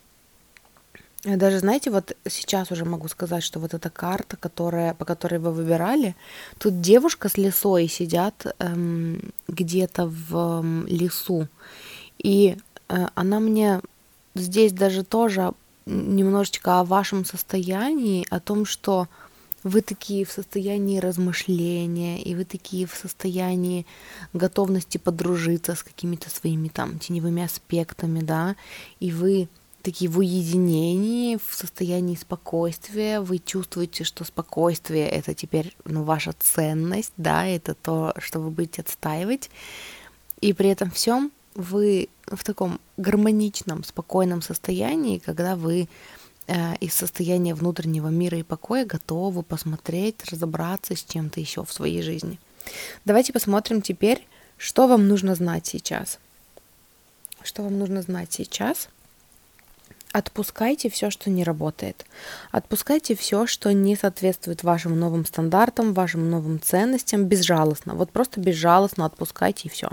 Даже, знаете, вот сейчас уже могу сказать, что вот эта карта, которая, по которой вы выбирали, тут девушка с лисой сидят эм, где-то в эм, лесу. И э, она мне здесь даже тоже немножечко о вашем состоянии, о том, что вы такие в состоянии размышления, и вы такие в состоянии готовности подружиться с какими-то своими там теневыми аспектами, да, и вы такие в уединении, в состоянии спокойствия, вы чувствуете, что спокойствие — это теперь, ну, ваша ценность, да, это то, что вы будете отстаивать, и при этом всем вы в таком гармоничном, спокойном состоянии, когда вы э, из состояния внутреннего мира и покоя готовы посмотреть, разобраться с чем-то еще в своей жизни. Давайте посмотрим теперь, что вам нужно знать сейчас. Что вам нужно знать сейчас? Отпускайте все, что не работает. Отпускайте все, что не соответствует вашим новым стандартам, вашим новым ценностям, безжалостно. Вот просто безжалостно отпускайте и все.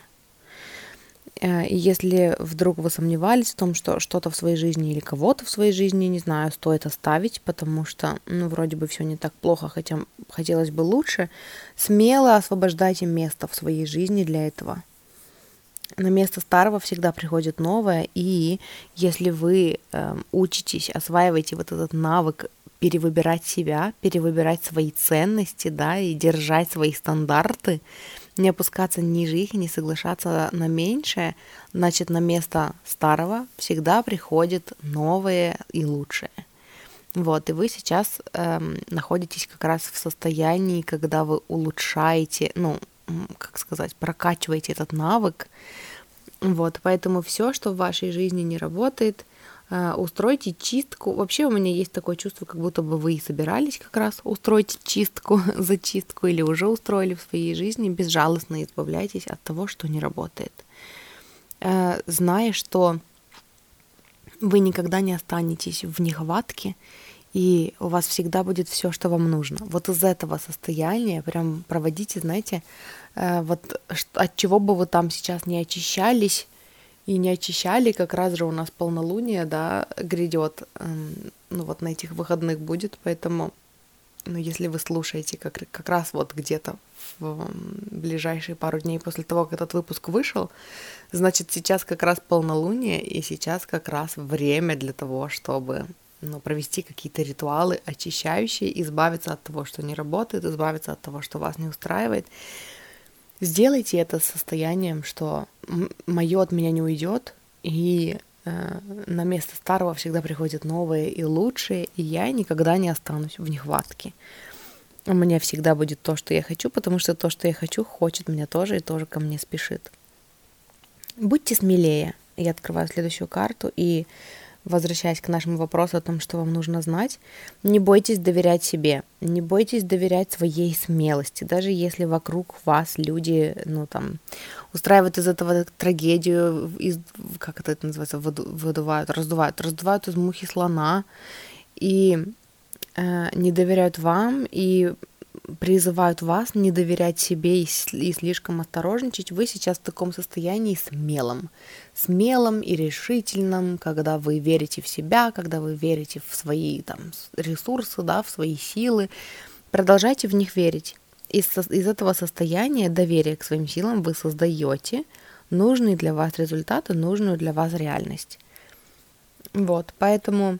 И если вдруг вы сомневались в том, что что-то в своей жизни или кого-то в своей жизни, не знаю, стоит оставить, потому что, ну, вроде бы все не так плохо, хотя хотелось бы лучше, смело освобождайте место в своей жизни для этого. На место старого всегда приходит новое, и если вы э, учитесь, осваиваете вот этот навык перевыбирать себя, перевыбирать свои ценности, да, и держать свои стандарты, не опускаться ниже их и не соглашаться на меньшее, значит, на место старого всегда приходит новое и лучшее. Вот, и вы сейчас эм, находитесь как раз в состоянии, когда вы улучшаете, ну, как сказать, прокачиваете этот навык. Вот, поэтому все, что в вашей жизни не работает, э, устройте чистку. Вообще у меня есть такое чувство, как будто бы вы и собирались как раз устроить чистку, зачистку или уже устроили в своей жизни. Безжалостно избавляйтесь от того, что не работает. Э, зная, что вы никогда не останетесь в нехватке, и у вас всегда будет все, что вам нужно. Вот из этого состояния прям проводите, знаете, вот от чего бы вы там сейчас не очищались и не очищали, как раз же у нас полнолуние, да, грядет, ну вот на этих выходных будет, поэтому, ну если вы слушаете как, как раз вот где-то в ближайшие пару дней после того, как этот выпуск вышел, значит сейчас как раз полнолуние, и сейчас как раз время для того, чтобы ну, провести какие-то ритуалы очищающие, избавиться от того, что не работает, избавиться от того, что вас не устраивает. Сделайте это с состоянием, что мое от меня не уйдет, и э, на место старого всегда приходит новое и лучшее, и я никогда не останусь в нехватке. У меня всегда будет то, что я хочу, потому что то, что я хочу, хочет меня тоже и тоже ко мне спешит. Будьте смелее. Я открываю следующую карту и возвращаясь к нашему вопросу о том, что вам нужно знать, не бойтесь доверять себе, не бойтесь доверять своей смелости, даже если вокруг вас люди, ну там, устраивают из этого трагедию, из, как это, это называется, выдувают, раздувают, раздувают из мухи слона и э, не доверяют вам и призывают вас не доверять себе и, и слишком осторожничать, вы сейчас в таком состоянии смелом. Смелом и решительном, когда вы верите в себя, когда вы верите в свои там, ресурсы, да, в свои силы. Продолжайте в них верить. Из, из этого состояния доверия к своим силам вы создаете нужные для вас результаты, нужную для вас реальность. Вот, поэтому...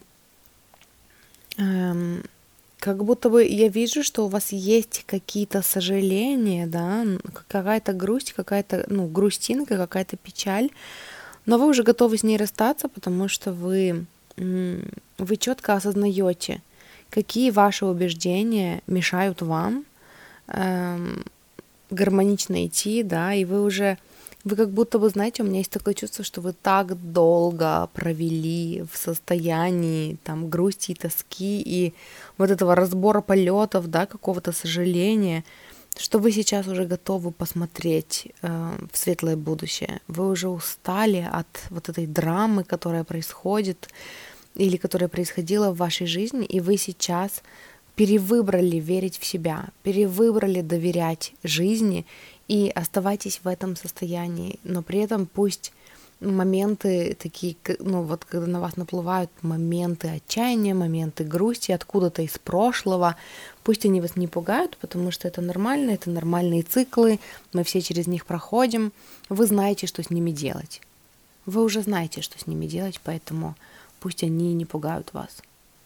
Эм, как будто бы я вижу, что у вас есть какие-то сожаления, да, какая-то грусть, какая-то, ну, грустинка, какая-то печаль, но вы уже готовы с ней расстаться, потому что вы, вы четко осознаете, какие ваши убеждения мешают вам эм, гармонично идти, да, и вы уже, вы как будто бы, знаете, у меня есть такое чувство, что вы так долго провели в состоянии там грусти и тоски и вот этого разбора полетов, да, какого-то сожаления, что вы сейчас уже готовы посмотреть э, в светлое будущее. Вы уже устали от вот этой драмы, которая происходит или которая происходила в вашей жизни, и вы сейчас перевыбрали верить в себя, перевыбрали доверять жизни, и оставайтесь в этом состоянии, но при этом пусть моменты такие, ну вот когда на вас наплывают моменты отчаяния, моменты грусти откуда-то из прошлого, пусть они вас не пугают, потому что это нормально, это нормальные циклы, мы все через них проходим, вы знаете, что с ними делать. Вы уже знаете, что с ними делать, поэтому пусть они не пугают вас.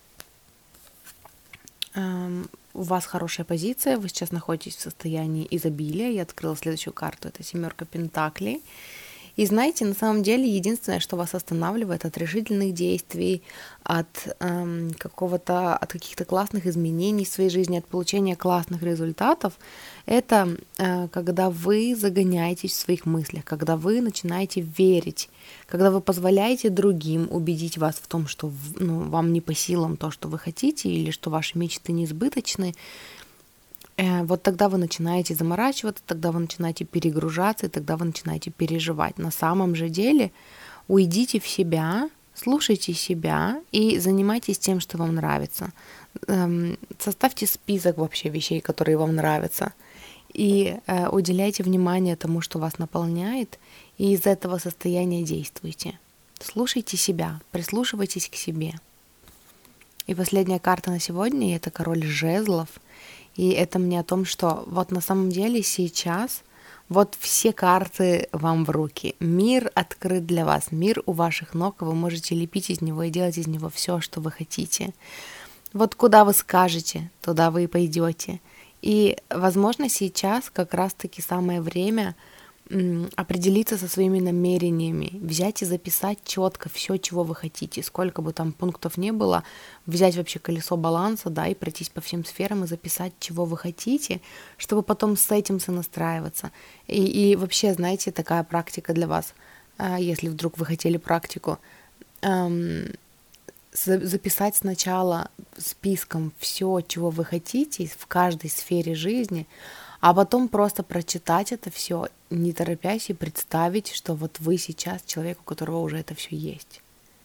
У вас хорошая позиция, вы сейчас находитесь в состоянии изобилия. Я открыла следующую карту, это семерка пентаклей. И знаете, на самом деле, единственное, что вас останавливает от решительных действий, от эм, какого-то, от каких-то классных изменений в своей жизни, от получения классных результатов, это э, когда вы загоняетесь в своих мыслях, когда вы начинаете верить, когда вы позволяете другим убедить вас в том, что ну, вам не по силам то, что вы хотите, или что ваши мечты несбыточны. Э, Вот тогда вы начинаете заморачиваться, тогда вы начинаете перегружаться, и тогда вы начинаете переживать. На самом же деле уйдите в себя, слушайте себя и занимайтесь тем, что вам нравится. Эм, Составьте список вообще вещей, которые вам нравятся, и э, уделяйте внимание тому, что вас наполняет, и из этого состояния действуйте. Слушайте себя, прислушивайтесь к себе. И последняя карта на сегодня — это король жезлов. И это мне о том, что вот на самом деле сейчас вот все карты вам в руки. Мир открыт для вас, мир у ваших ног, и вы можете лепить из него и делать из него все, что вы хотите. Вот куда вы скажете, туда вы и пойдете. И, возможно, сейчас как раз-таки самое время м, определиться со своими намерениями, взять и записать четко все, чего вы хотите, сколько бы там пунктов не было, взять вообще колесо баланса, да, и пройтись по всем сферам и записать, чего вы хотите, чтобы потом с этим сонастраиваться. И, и вообще, знаете, такая практика для вас, а, если вдруг вы хотели практику, эм, за- записать сначала списком все, чего вы хотите в каждой сфере жизни, а потом просто прочитать это все, не торопясь, и представить, что вот вы сейчас человек, у которого уже это все есть.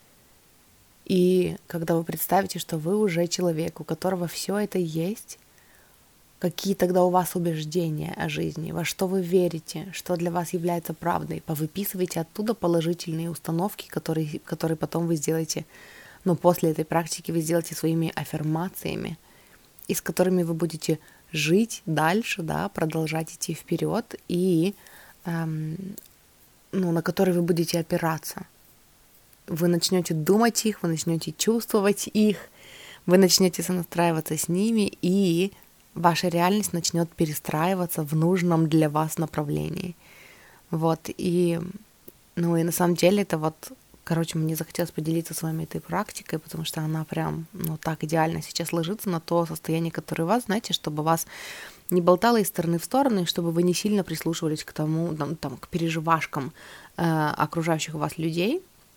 И когда вы представите, что вы уже человек, у которого все это есть, какие тогда у вас убеждения о жизни, во что вы верите, что для вас является правдой, повыписывайте оттуда положительные установки, которые, которые потом вы сделаете, ну, после этой практики вы сделаете своими аффирмациями, и с которыми вы будете жить дальше, да, продолжать идти вперед, и эм, ну, на которые вы будете опираться. Вы начнете думать их, вы начнете чувствовать их, вы начнете сонастраиваться с ними, и ваша реальность начнет перестраиваться в нужном для вас направлении. Вот, и, ну, и на самом деле это вот, короче, мне захотелось поделиться с вами этой практикой, потому что она прям, ну, так идеально сейчас ложится на то состояние, которое у вас, знаете, чтобы вас не болтало из стороны в сторону, и чтобы вы не сильно прислушивались к тому, там, там к переживашкам э, окружающих вас людей,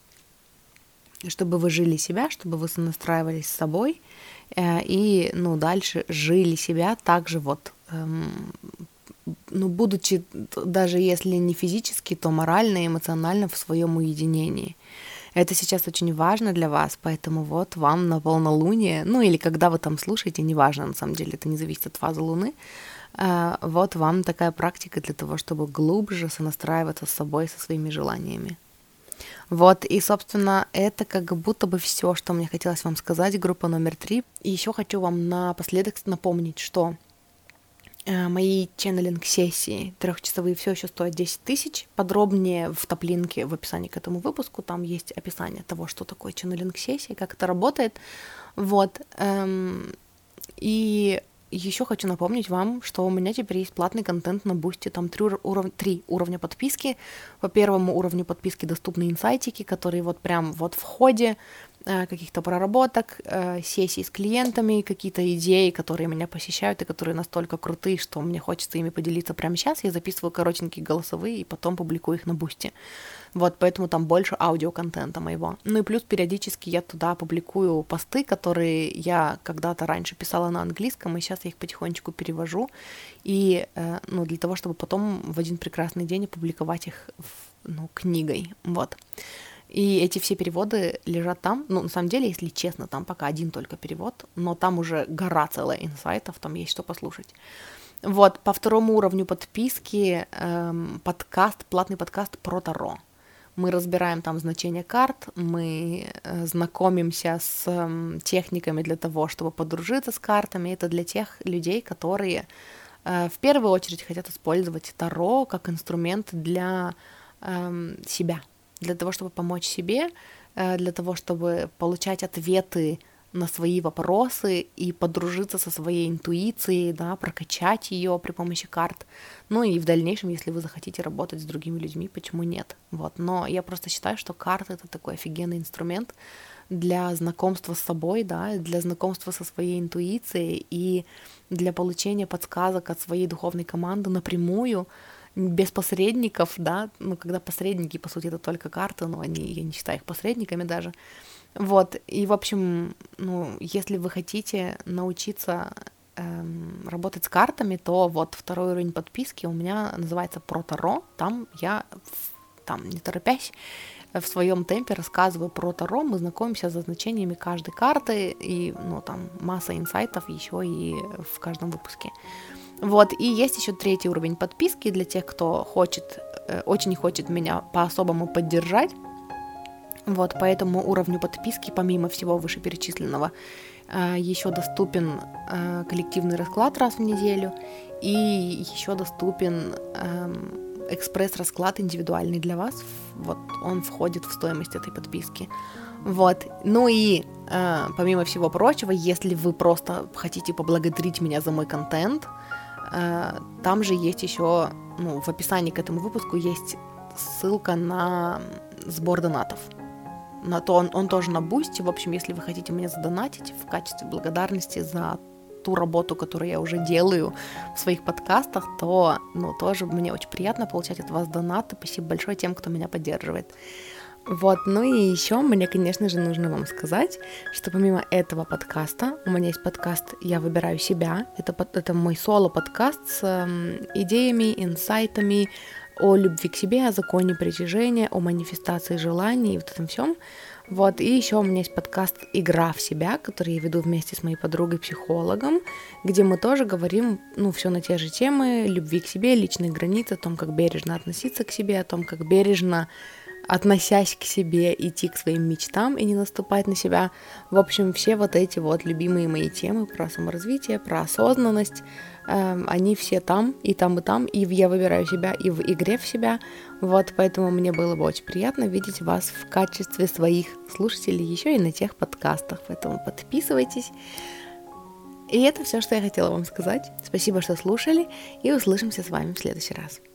чтобы вы жили себя, чтобы вы сонастраивались с собой, э, и, ну, дальше жили себя также вот, эм, ну, будучи, даже если не физически, то морально и эмоционально в своем уединении. Это сейчас очень важно для вас, поэтому вот вам на полнолуние, ну или когда вы там слушаете, неважно, на самом деле, это не зависит от фазы Луны, э, вот вам такая практика для того, чтобы глубже сонастраиваться с собой, со своими желаниями. Вот, и, собственно, это как будто бы все, что мне хотелось вам сказать, группа номер три. И еще хочу вам напоследок напомнить, что э, мои ченнелинг-сессии трехчасовые все еще стоят десять тысяч. Подробнее в топ-линке в описании к этому выпуску, там есть описание того, что такое ченнелинг-сессии, как это работает. Вот, эм, и еще хочу напомнить вам, что у меня теперь есть платный контент на Бусти, там три, уров... три уровня подписки. По первому уровню подписки доступны инсайтики, которые вот прям вот в ходе э, каких-то проработок, э, сессий с клиентами, какие-то идеи, которые меня посещают и которые настолько крутые, что мне хочется ими поделиться прямо сейчас. Я записываю коротенькие голосовые и потом публикую их на Бусти. Вот, поэтому там больше аудиоконтента моего. Ну и плюс периодически я туда публикую посты, которые я когда-то раньше писала на английском, и сейчас я их потихонечку перевожу. И, э, ну, для того, чтобы потом в один прекрасный день опубликовать их, в, ну, книгой. Вот. И эти все переводы лежат там. Ну, на самом деле, если честно, там пока один только перевод, но там уже гора целая инсайтов, там есть что послушать. Вот, по второму уровню подписки эм, подкаст, платный подкаст про Таро. Мы разбираем там значение карт, мы э, знакомимся с э, техниками для того, чтобы подружиться с картами. Это для тех людей, которые э, в первую очередь хотят использовать Таро как инструмент для э, себя, для того, чтобы помочь себе, э, для того, чтобы получать ответы на свои вопросы и подружиться со своей интуицией, да, прокачать ее при помощи карт. Ну и в дальнейшем, если вы захотите работать с другими людьми, почему нет? Вот. Но я просто считаю, что карты — это такой офигенный инструмент для знакомства с собой, да, для знакомства со своей интуицией и для получения подсказок от своей духовной команды напрямую, без посредников, да, ну, когда посредники, по сути, это только карты, но они, я не считаю их посредниками даже. Вот, и, в общем, ну, если вы хотите научиться эм, работать с картами, то вот второй уровень подписки у меня называется про Таро. Там я, там, не торопясь, в своем темпе рассказываю про Таро, мы знакомимся со значениями каждой карты, и, ну, там, масса инсайтов еще и в каждом выпуске. Вот, и есть еще третий уровень подписки для тех, кто хочет, очень хочет меня по-особому поддержать. Вот, по этому уровню подписки, помимо всего вышеперечисленного, еще доступен коллективный расклад раз в неделю, и еще доступен экспресс-расклад индивидуальный для вас. Вот, он входит в стоимость этой подписки. Вот, ну и помимо всего прочего, если вы просто хотите поблагодарить меня за мой контент, там же есть еще, ну, в описании к этому выпуску есть ссылка на сбор донатов. На то он, он тоже на Бусти. В общем, если вы хотите меня задонатить в качестве благодарности за ту работу, которую я уже делаю в своих подкастах, то, ну, тоже мне очень приятно получать от вас донаты. Спасибо большое тем, кто меня поддерживает. Вот, ну и еще мне, конечно же, нужно вам сказать, что помимо этого подкаста, у меня есть подкаст «Я выбираю себя». Это, это мой соло-подкаст с э, идеями, инсайтами о любви к себе, о законе притяжения, о манифестации желаний и вот этом всем. Вот, и еще у меня есть подкаст «Игра в себя», который я веду вместе с моей подругой-психологом, где мы тоже говорим, ну, все на те же темы любви к себе, личные границы, о том, как бережно относиться к себе, о том, как бережно, относясь к себе, идти к своим мечтам и не наступать на себя. В общем, все вот эти вот любимые мои темы про саморазвитие, про осознанность, э, они все там, и там, и там, и я выбираю себя, и в игре в себя. Вот, поэтому мне было бы очень приятно видеть вас в качестве своих слушателей еще и на тех подкастах. Поэтому подписывайтесь. И это все, что я хотела вам сказать. Спасибо, что слушали, и услышимся с вами в следующий раз.